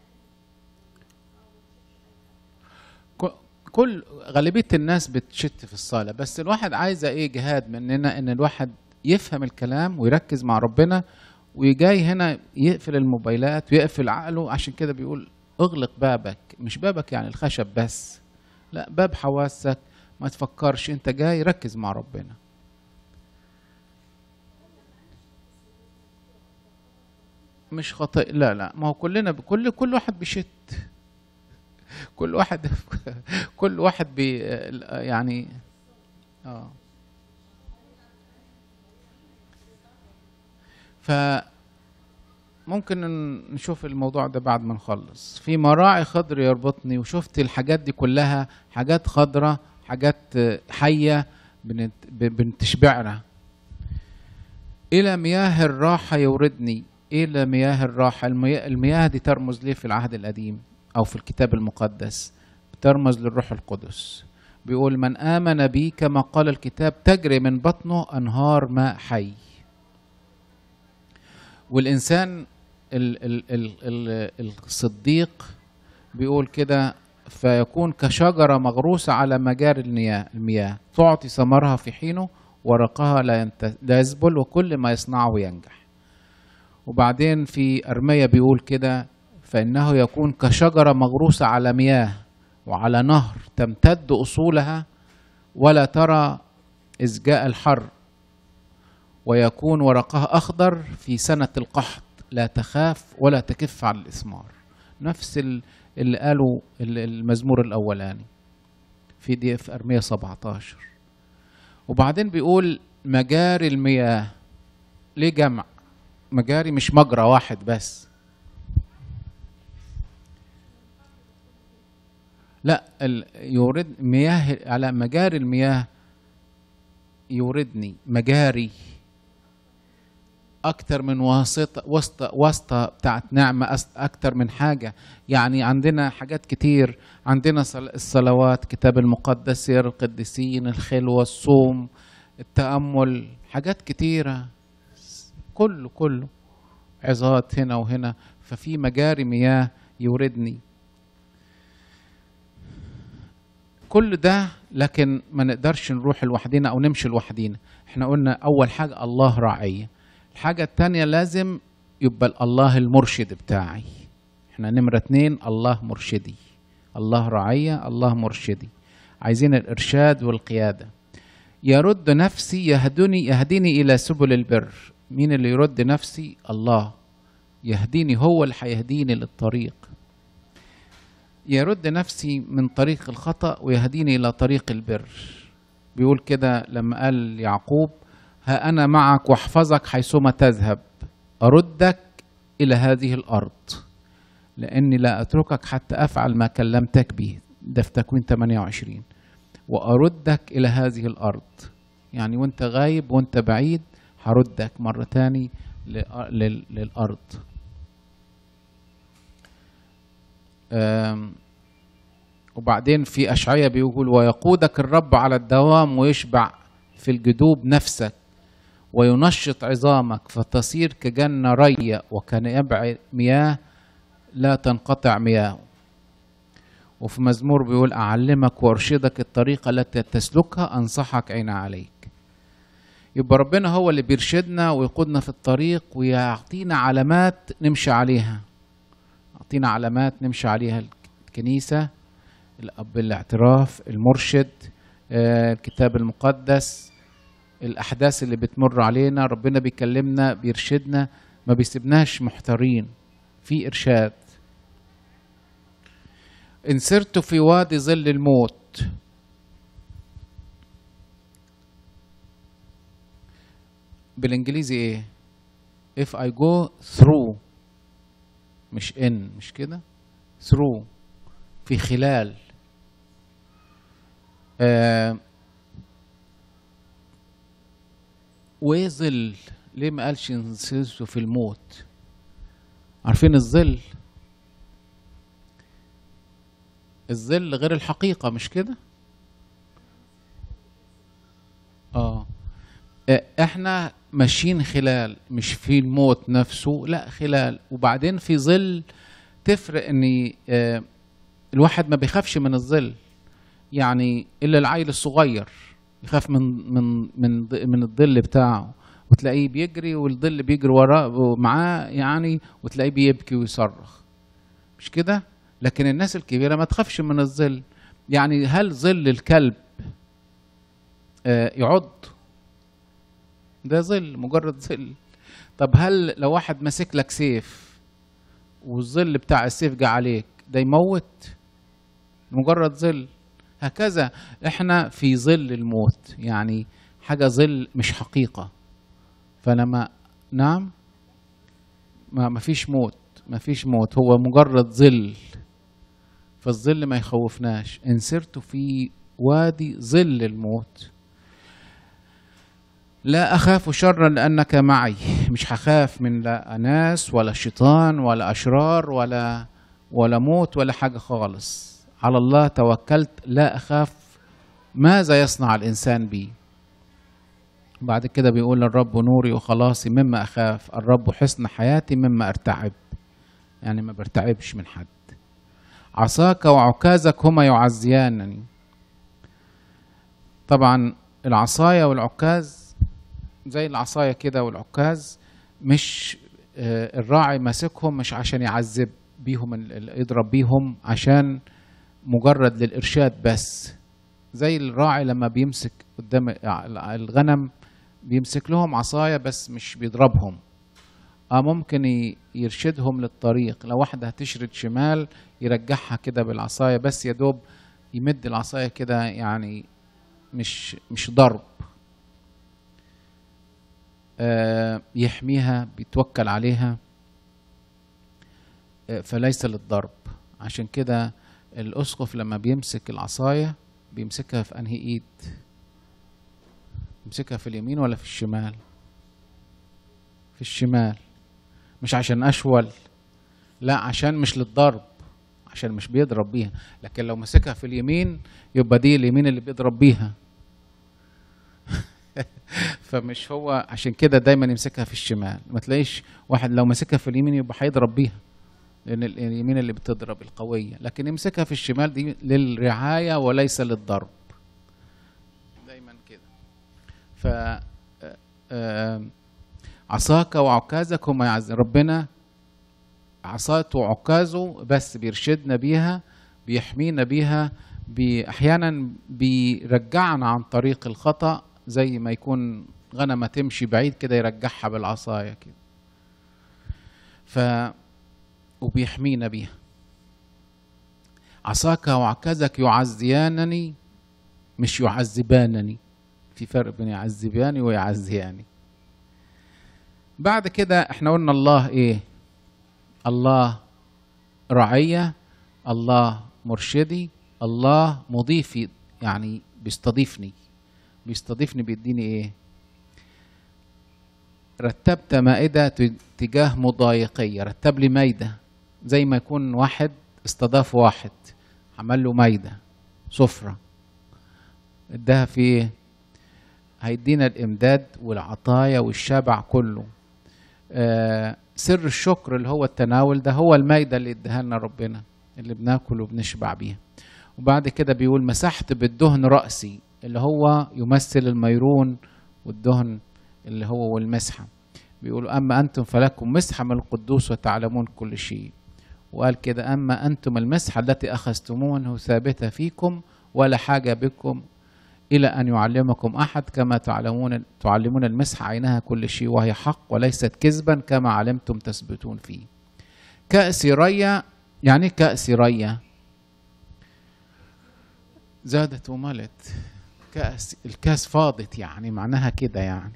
كل غالبية الناس بتشت في الصلاة، بس الواحد عايزة ايه جهاد مننا، ان الواحد يفهم الكلام ويركز مع ربنا، ويجاي هنا يقفل الموبايلات ويقفل عقله. عشان كده بيقول اغلق بابك، مش بابك يعني الخشب بس، لا باب حواسك، ما تفكرش، انت جاي ركز مع ربنا. مش خطأ، لا لا، ما هو كلنا كل كل واحد بيشت، كل واحد كل واحد بي يعني اه فممكن نشوف الموضوع ده بعد ما نخلص. في مراعي خضر يربطني، وشفت الحاجات دي كلها حاجات خضرة، حاجات حية بنتشبعنا. إلى مياه الراحة يوردني، إلى مياه الراحة. المياه دي ترمز ليه في العهد القديم أو في الكتاب المقدس؟ ترمز للروح القدس. بيقول من آمن بي كما قال الكتاب تجري من بطنه أنهار ماء حي. والإنسان ال ال ال ال الصديق بيقول كده فيكون كشجرة مغروسة على مجاري المياه، تعطي ثمرها في حينه، ورقها لا يذبل، وكل ما يصنعه ينجح. وبعدين في أرميا بيقول كده فإنه يكون كشجرة مغروسة على مياه وعلى نهر تمتد أصولها ولا ترى إزجاء الحر، ويكون ورقها أخضر في سنة القحط، لا تخاف ولا تكف على الإثمار. نفس اللي قالوا المزمور الأولاني في دي في أرميا سبعة عشر. وبعدين بيقول مجاري المياه. ليه جمع؟ مجاري مش مجرى واحد بس. لا يورد مياه على مجاري المياه، يوردني مجاري أكتر من واسطة واسطة واسطة بتاعت نعمة، أكتر من حاجة. يعني عندنا حاجات كتير، عندنا الصلوات، كتاب المقدس، سير القديسين، الخلوة، الصوم، التأمل، حاجات كتيرة، كله كله عظات هنا وهنا. ففي مجاري مياه يوردني كل ده. لكن ما نقدرش نروح لوحدينا أو نمشي لوحدينا. احنا قلنا أول حاجة الله راعية. الحاجة التانية لازم يبقى الله المرشد بتاعي. احنا نمرة اتنين الله مرشدي، الله راعية، الله مرشدي. عايزين الإرشاد والقيادة. يرد نفسي، يهدني يهديني إلى سبل البر. مين اللي يرد نفسي؟ الله يهديني، هو اللي هيهديني للطريق. يرد نفسي من طريق الخطأ ويهديني إلى طريق البر. بيقول كده لما قال يعقوب: ها أنا معك واحفظك حيثما تذهب، أردك إلى هذه الأرض لأني لا أتركك حتى أفعل ما كلمتك به. ده في تكوين ثمانية وعشرين. وأردك إلى هذه الأرض، يعني وانت غايب وانت بعيد هردك مرة تاني للأرض. وبعدين في أشعياء بيقول: ويقودك الرب على الدوام ويشبع في الجدوب نفسك وينشط عظامك فتصير كجنة رية وكنبع مياه لا تنقطع مياه. وفي مزمور بيقول: أعلمك وأرشدك الطريقة التي تسلكها، أنصحك عين عليك. يبقى ربنا هو اللي بيرشدنا ويقودنا في الطريق ويعطينا علامات نمشي عليها. يعطينا علامات نمشي عليها الكنيسة، الأب الاعتراف، المرشد، الكتاب المقدس، الأحداث اللي بتمر علينا. ربنا بيكلمنا بيرشدنا، ما بيسيبناش محتارين، في إرشاد. إن سرت في وادي ظل الموت، بالإنجليزي إيه؟ if I go through، مش in، مش كده؟ through، في خلال. آه وظل، ليه ما قالش إن سرت في الموت؟ عارفين الظل، الظل غير الحقيقة، مش كده؟ آه احنا ماشيين خلال، مش في الموت نفسه، لا خلال. وبعدين في ظل، تفرق ان اه الواحد ما بيخافش من الظل، يعني الا العيل الصغير يخاف من من من من الظل بتاعه، وتلاقيه بيجري والظل بيجري وراه معاه يعني، وتلاقيه بيبكي ويصرخ، مش كده؟ لكن الناس الكبيرة ما تخافش من الظل. يعني هل ظل الكلب اه يعض؟ ده ظل، مجرد ظل. طب هل لو واحد ماسك لك سيف والظل بتاع السيف جه عليك، ده يموت؟ مجرد ظل. هكذا احنا في ظل الموت، يعني حاجة ظل مش حقيقة. فلما نعم ما فيش موت، ما فيش موت، هو مجرد ظل. فالظل ما يخوفناش. إن سرت في وادي ظل الموت لا أخاف شرا لأنك معي. مش هخاف من لا ناس ولا شيطان ولا أشرار ولا ولا موت ولا حاجة خالص. على الله توكلت، لا أخاف ماذا يصنع الإنسان بي. بعد كده بيقول: الرب نوري وخلاصي مما أخاف، الرب حصن حياتي مما أرتعب. يعني ما برتعبش من حد. عصاك وعكازك هما يعزيانني. طبعا العصاية والعكاز زي العصاية كده والعكاز، مش الراعي ماسكهم مش عشان يعذب بيهم، يضرب بيهم، عشان مجرد للإرشاد بس. زي الراعي لما بيمسك قدام الغنم بيمسك لهم عصاية بس مش بيضربهم. اه ممكن يرشدهم للطريق. لو واحدة هتشرد شمال يرجعها كده بالعصاية بس، يدوب يمد العصاية كده، يعني مش مش ضرب. آه يحميها، بيتوكل عليها، آه فليس للضرب. عشان كده الأسقف لما بيمسك العصاية بيمسكها في أنهي إيد؟ بيمسكها في اليمين ولا في الشمال؟ في الشمال. مش عشان أشول، لا، عشان مش للضرب، عشان مش بيضرب بيها. لكن لو مسكها في اليمين يبقى دي اليمين اللي بيضرب بيها. فمش هو، عشان كده دايما يمسكها في الشمال. ما تلاقيش واحد لو مسكها في اليمين يبقى هيضرب بيها، لأن اليمين اللي بتضرب القوية. لكن يمسكها في الشمال دي للرعاية وليس للضرب، دايما كده. ف عصاك وعكازك هما يعز ربنا. عصاته وعكازه بس بيرشدنا بيها، بيحمينا بيها، بي احيانا بيرجعنا عن طريق الخطأ، زي ما يكون غنمة تمشي بعيد كده يرجعها بالعصاية كده. ف وبيحمينا بيها. عصاك وعكازك يعزيانني، مش يعذبانني. في فرق بين يعذباني ويعزياني. بعد كده احنا قلنا الله ايه؟ الله رعية، الله مرشدي، الله مضيفي، يعني بيستضيفني. بيستضيفني بيديني ايه؟ رتبت مائدة تجاه مضايقية. رتب لي مائدة، زي ما يكون واحد استضاف واحد، عمل له مائدة سفرة، اداها في ايه؟ هيدينا الامداد والعطايا والشبع كله. آه سر الشكر اللي هو التناول ده هو المائدة اللي اداها لنا ربنا، اللي بناكل وبنشبع بيها. وبعد كده بيقول مسحت بالدهن رأسي، اللي هو يمثل الميرون والدهن اللي هو والمسحة. بيقولوا أما أنتم فلكم مسحة من القدوس وتعلمون كل شيء. وقال كده أما أنتم المسحة التي أخذتموه ثابتة فيكم ولا حاجة بكم إلى أن يعلمكم أحد، كما تعلمون تعلمون المسحة عينها كل شيء وهي حق وليست كذبا، كما علمتم تثبتون فيه. كأس ريا، يعني كأس ريا زادت وملت. كأس، الكاس فاضت، يعني معناها كده يعني.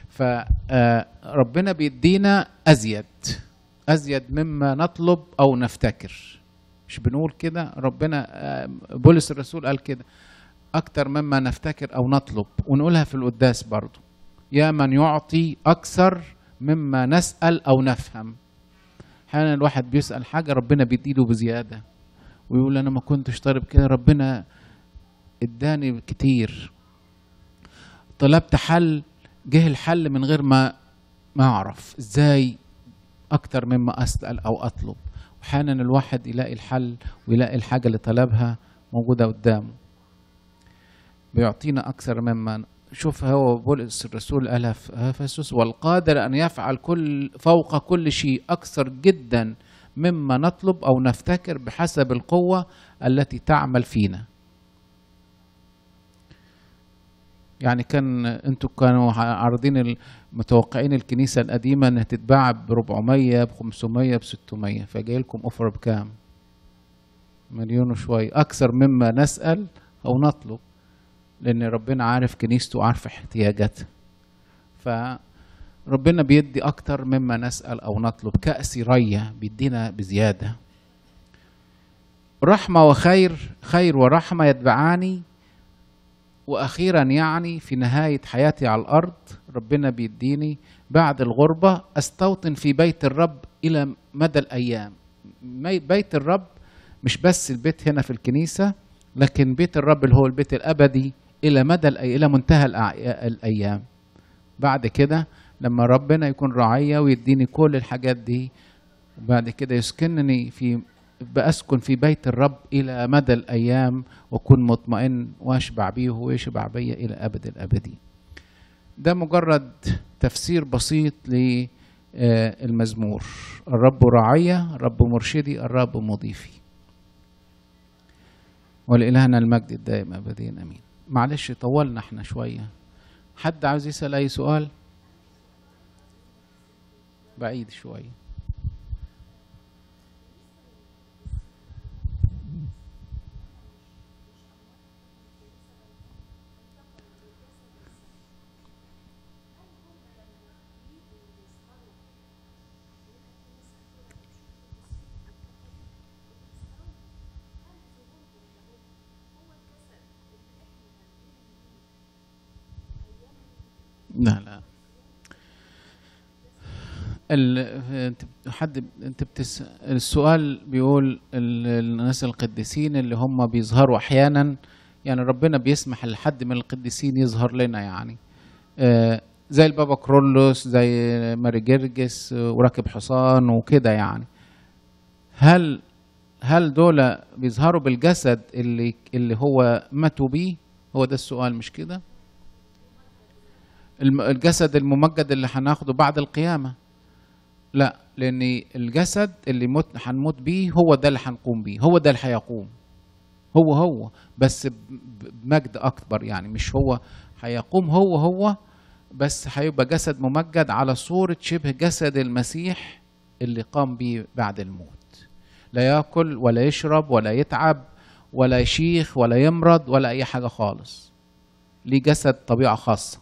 فربنا بيدينا أزيد أزيد مما نطلب أو نفتكر. مش بنقول كده؟ ربنا بولس الرسول قال كده، أكتر مما نفتكر أو نطلب. ونقولها في القداس برضو، يا من يعطي أكثر مما نسأل أو نفهم. أحيانا الواحد بيسأل حاجة ربنا بيديله بزيادة، ويقول أنا ما كنتش طالب كده، ربنا اداني كتير. طلبت حل، جه الحل من غير ما ما أعرف إزاي، أكتر مما أسأل أو أطلب. وأحيانا الواحد يلاقي الحل ويلاقي الحاجة اللي طلبها موجودة قدامه. بيعطينا أكثر مما، شوف هو بولس الرسول قالها في أفسس، والقادر أن يفعل كل فوق كل شيء أكثر جدا مما نطلب أو نفتكر بحسب القوة التي تعمل فينا. يعني كان انتوا كانوا عارضين متوقعين الكنيسة القديمة انها تتباع ب أربعمية ب خمسمية ب ستمية، فجاي لكم اوفر بكام؟ مليون وشوية، أكثر مما نسأل أو نطلب، لأن ربنا عارف كنيسته وعارف احتياجاتها. فربنا بيدي أكتر مما نسأل أو نطلب. كأس ريا بيدينا بزيادة. رحمة وخير، خير ورحمة يتبعاني. وأخيرا يعني في نهاية حياتي على الأرض ربنا بيديني بعد الغربة أستوطن في بيت الرب إلى مدى الأيام. بيت الرب مش بس البيت هنا في الكنيسة، لكن بيت الرب اللي هو البيت الأبدي إلى مدى إلى منتهى الأيام. بعد كده لما ربنا يكون رعية ويديني كل الحاجات دي، بعد كده يسكنني في بأسكن في بيت الرب إلى مدى الأيام، وأكون مطمئن وأشبع بيه ويشبع بي إلى أبد الأبدي. ده مجرد تفسير بسيط للمزمور. الرب رعية، الرب مرشدي، الرب مضيفي. ولإلهنا المجد الدائم أبديا أمين. معلش طولنا احنا شوية. حد عاوز يسأل أي سؤال؟ بعيد شوية. لا لا ال... انت حد انت بتس... السؤال بيقول ال... الناس القديسين اللي هم بيظهروا احيانا، يعني ربنا بيسمح لحد من القديسين يظهر لنا يعني، آه زي البابا كرولوس، زي ماري جرجس وراكب حصان وكده يعني. هل هل دول بيظهروا بالجسد اللي اللي هو ماتوا بيه؟ هو ده السؤال مش كده؟ الم- الجسد الممجد اللي هناخده بعد القيامة؟ لا، لان الجسد اللي مت هنموت بيه هو ده اللي هنقوم بيه، هو ده اللي هيقوم، هو هو بس ب- ب- بمجد اكبر يعني. مش هو هيقوم هو هو، بس هيبقى جسد ممجد على صورة شبه جسد المسيح اللي قام بيه بعد الموت. لا ياكل ولا يشرب ولا يتعب ولا يشيخ ولا يمرض ولا اي حاجة خالص، ليه جسد طبيعة خاصة.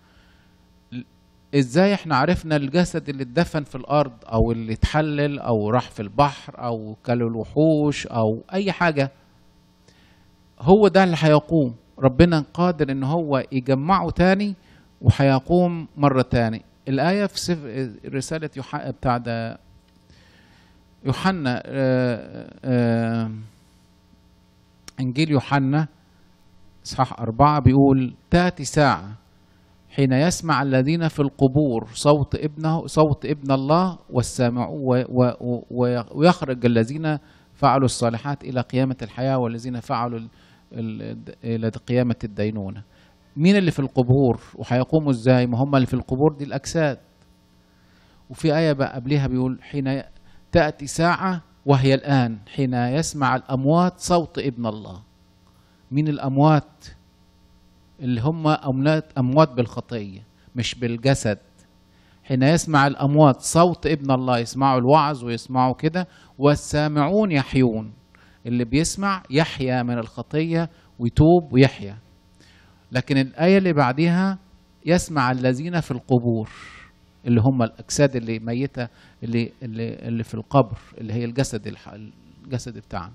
ازاي احنا عرفنا الجسد اللي اتدفن في الارض او اللي اتحلل او راح في البحر او كلوا الوحوش او اي حاجة؟ هو ده اللي هيقوم. ربنا قادر ان هو يجمعه تاني وهيقوم مرة تاني. الآية في سف... رسالة يوح... بتاع ده يوحنا، آه، آه، إنجيل يوحنا إصحاح أربعة بيقول: تأتي ساعة حين يسمع الذين في القبور صوت ابنه صوت ابن الله والسامع و... و... و... ويخرج الذين فعلوا الصالحات إلى قيامة الحياة والذين فعلوا ال... ال... إلى قيامة الدينونة. مين اللي في القبور وهيقوموا ازاي؟ ما هم اللي في القبور دي الأجساد. وفي آية بقى قبلها بيقول: حين تأتي ساعة وهي الآن حين يسمع الأموات صوت ابن الله. مين الأموات؟ اللي هم أموات أموات بالخطية مش بالجسد. حين يسمع الأموات صوت ابن الله، يسمعوا الوعظ ويسمعوا كده، والسامعون يحيون. اللي بيسمع يحيا من الخطية ويتوب ويحيا. لكن الآية اللي بعدها: يسمع الذين في القبور، اللي هم الأجساد اللي ميتة، اللي اللي اللي في القبر، اللي هي الجسد الح... الجسد بتاعنا.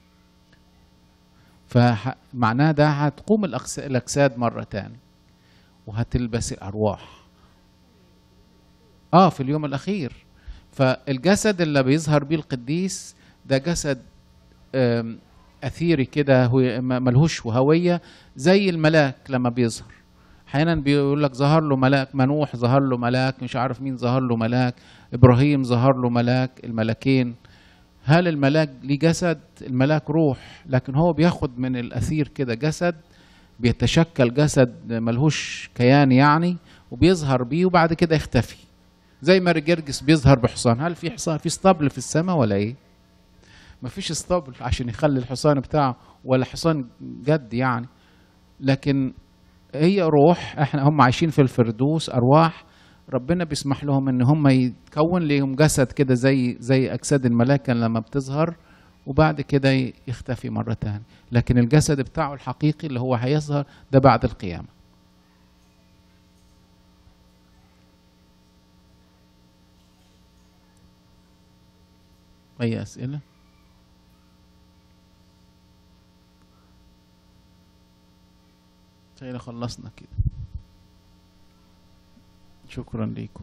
فمعناه ده هتقوم الأجس- الأجساد مرة تاني وهتلبس الأرواح اه في اليوم الأخير. فالجسد اللي بيظهر بيه القديس ده جسد آم، أثيري كده، هو م- ملهوش هوية، زي الملاك لما بيظهر. احيانا بيقول لك ظهر له ملاك، منوح ظهر له ملاك، مش عارف مين ظهر له ملاك، ابراهيم ظهر له ملاك، الملاكين. هل الملاك ليه جسد؟ الملاك روح، لكن هو بياخد من الاثير كده جسد، بيتشكل جسد ملهوش كيان يعني، وبيظهر بيه وبعد كده يختفي. زي ما جرجس بيظهر بحصان. هل في حصان في اسطبل في السماء ولا ايه؟ مفيش اسطبل عشان يخلي الحصان بتاعه، ولا حصان جد يعني. لكن هي روح، احنا هم عايشين في الفردوس، ارواح ربنا بيسمح لهم ان هم يتكون لهم جسد كده زي زي اجساد الملائكه لما بتظهر، وبعد كده يختفي مره تانية. لكن الجسد بتاعه الحقيقي اللي هو هيظهر ده بعد القيامه. اي اسئله؟ كده خلصنا كده. شكرا لكم.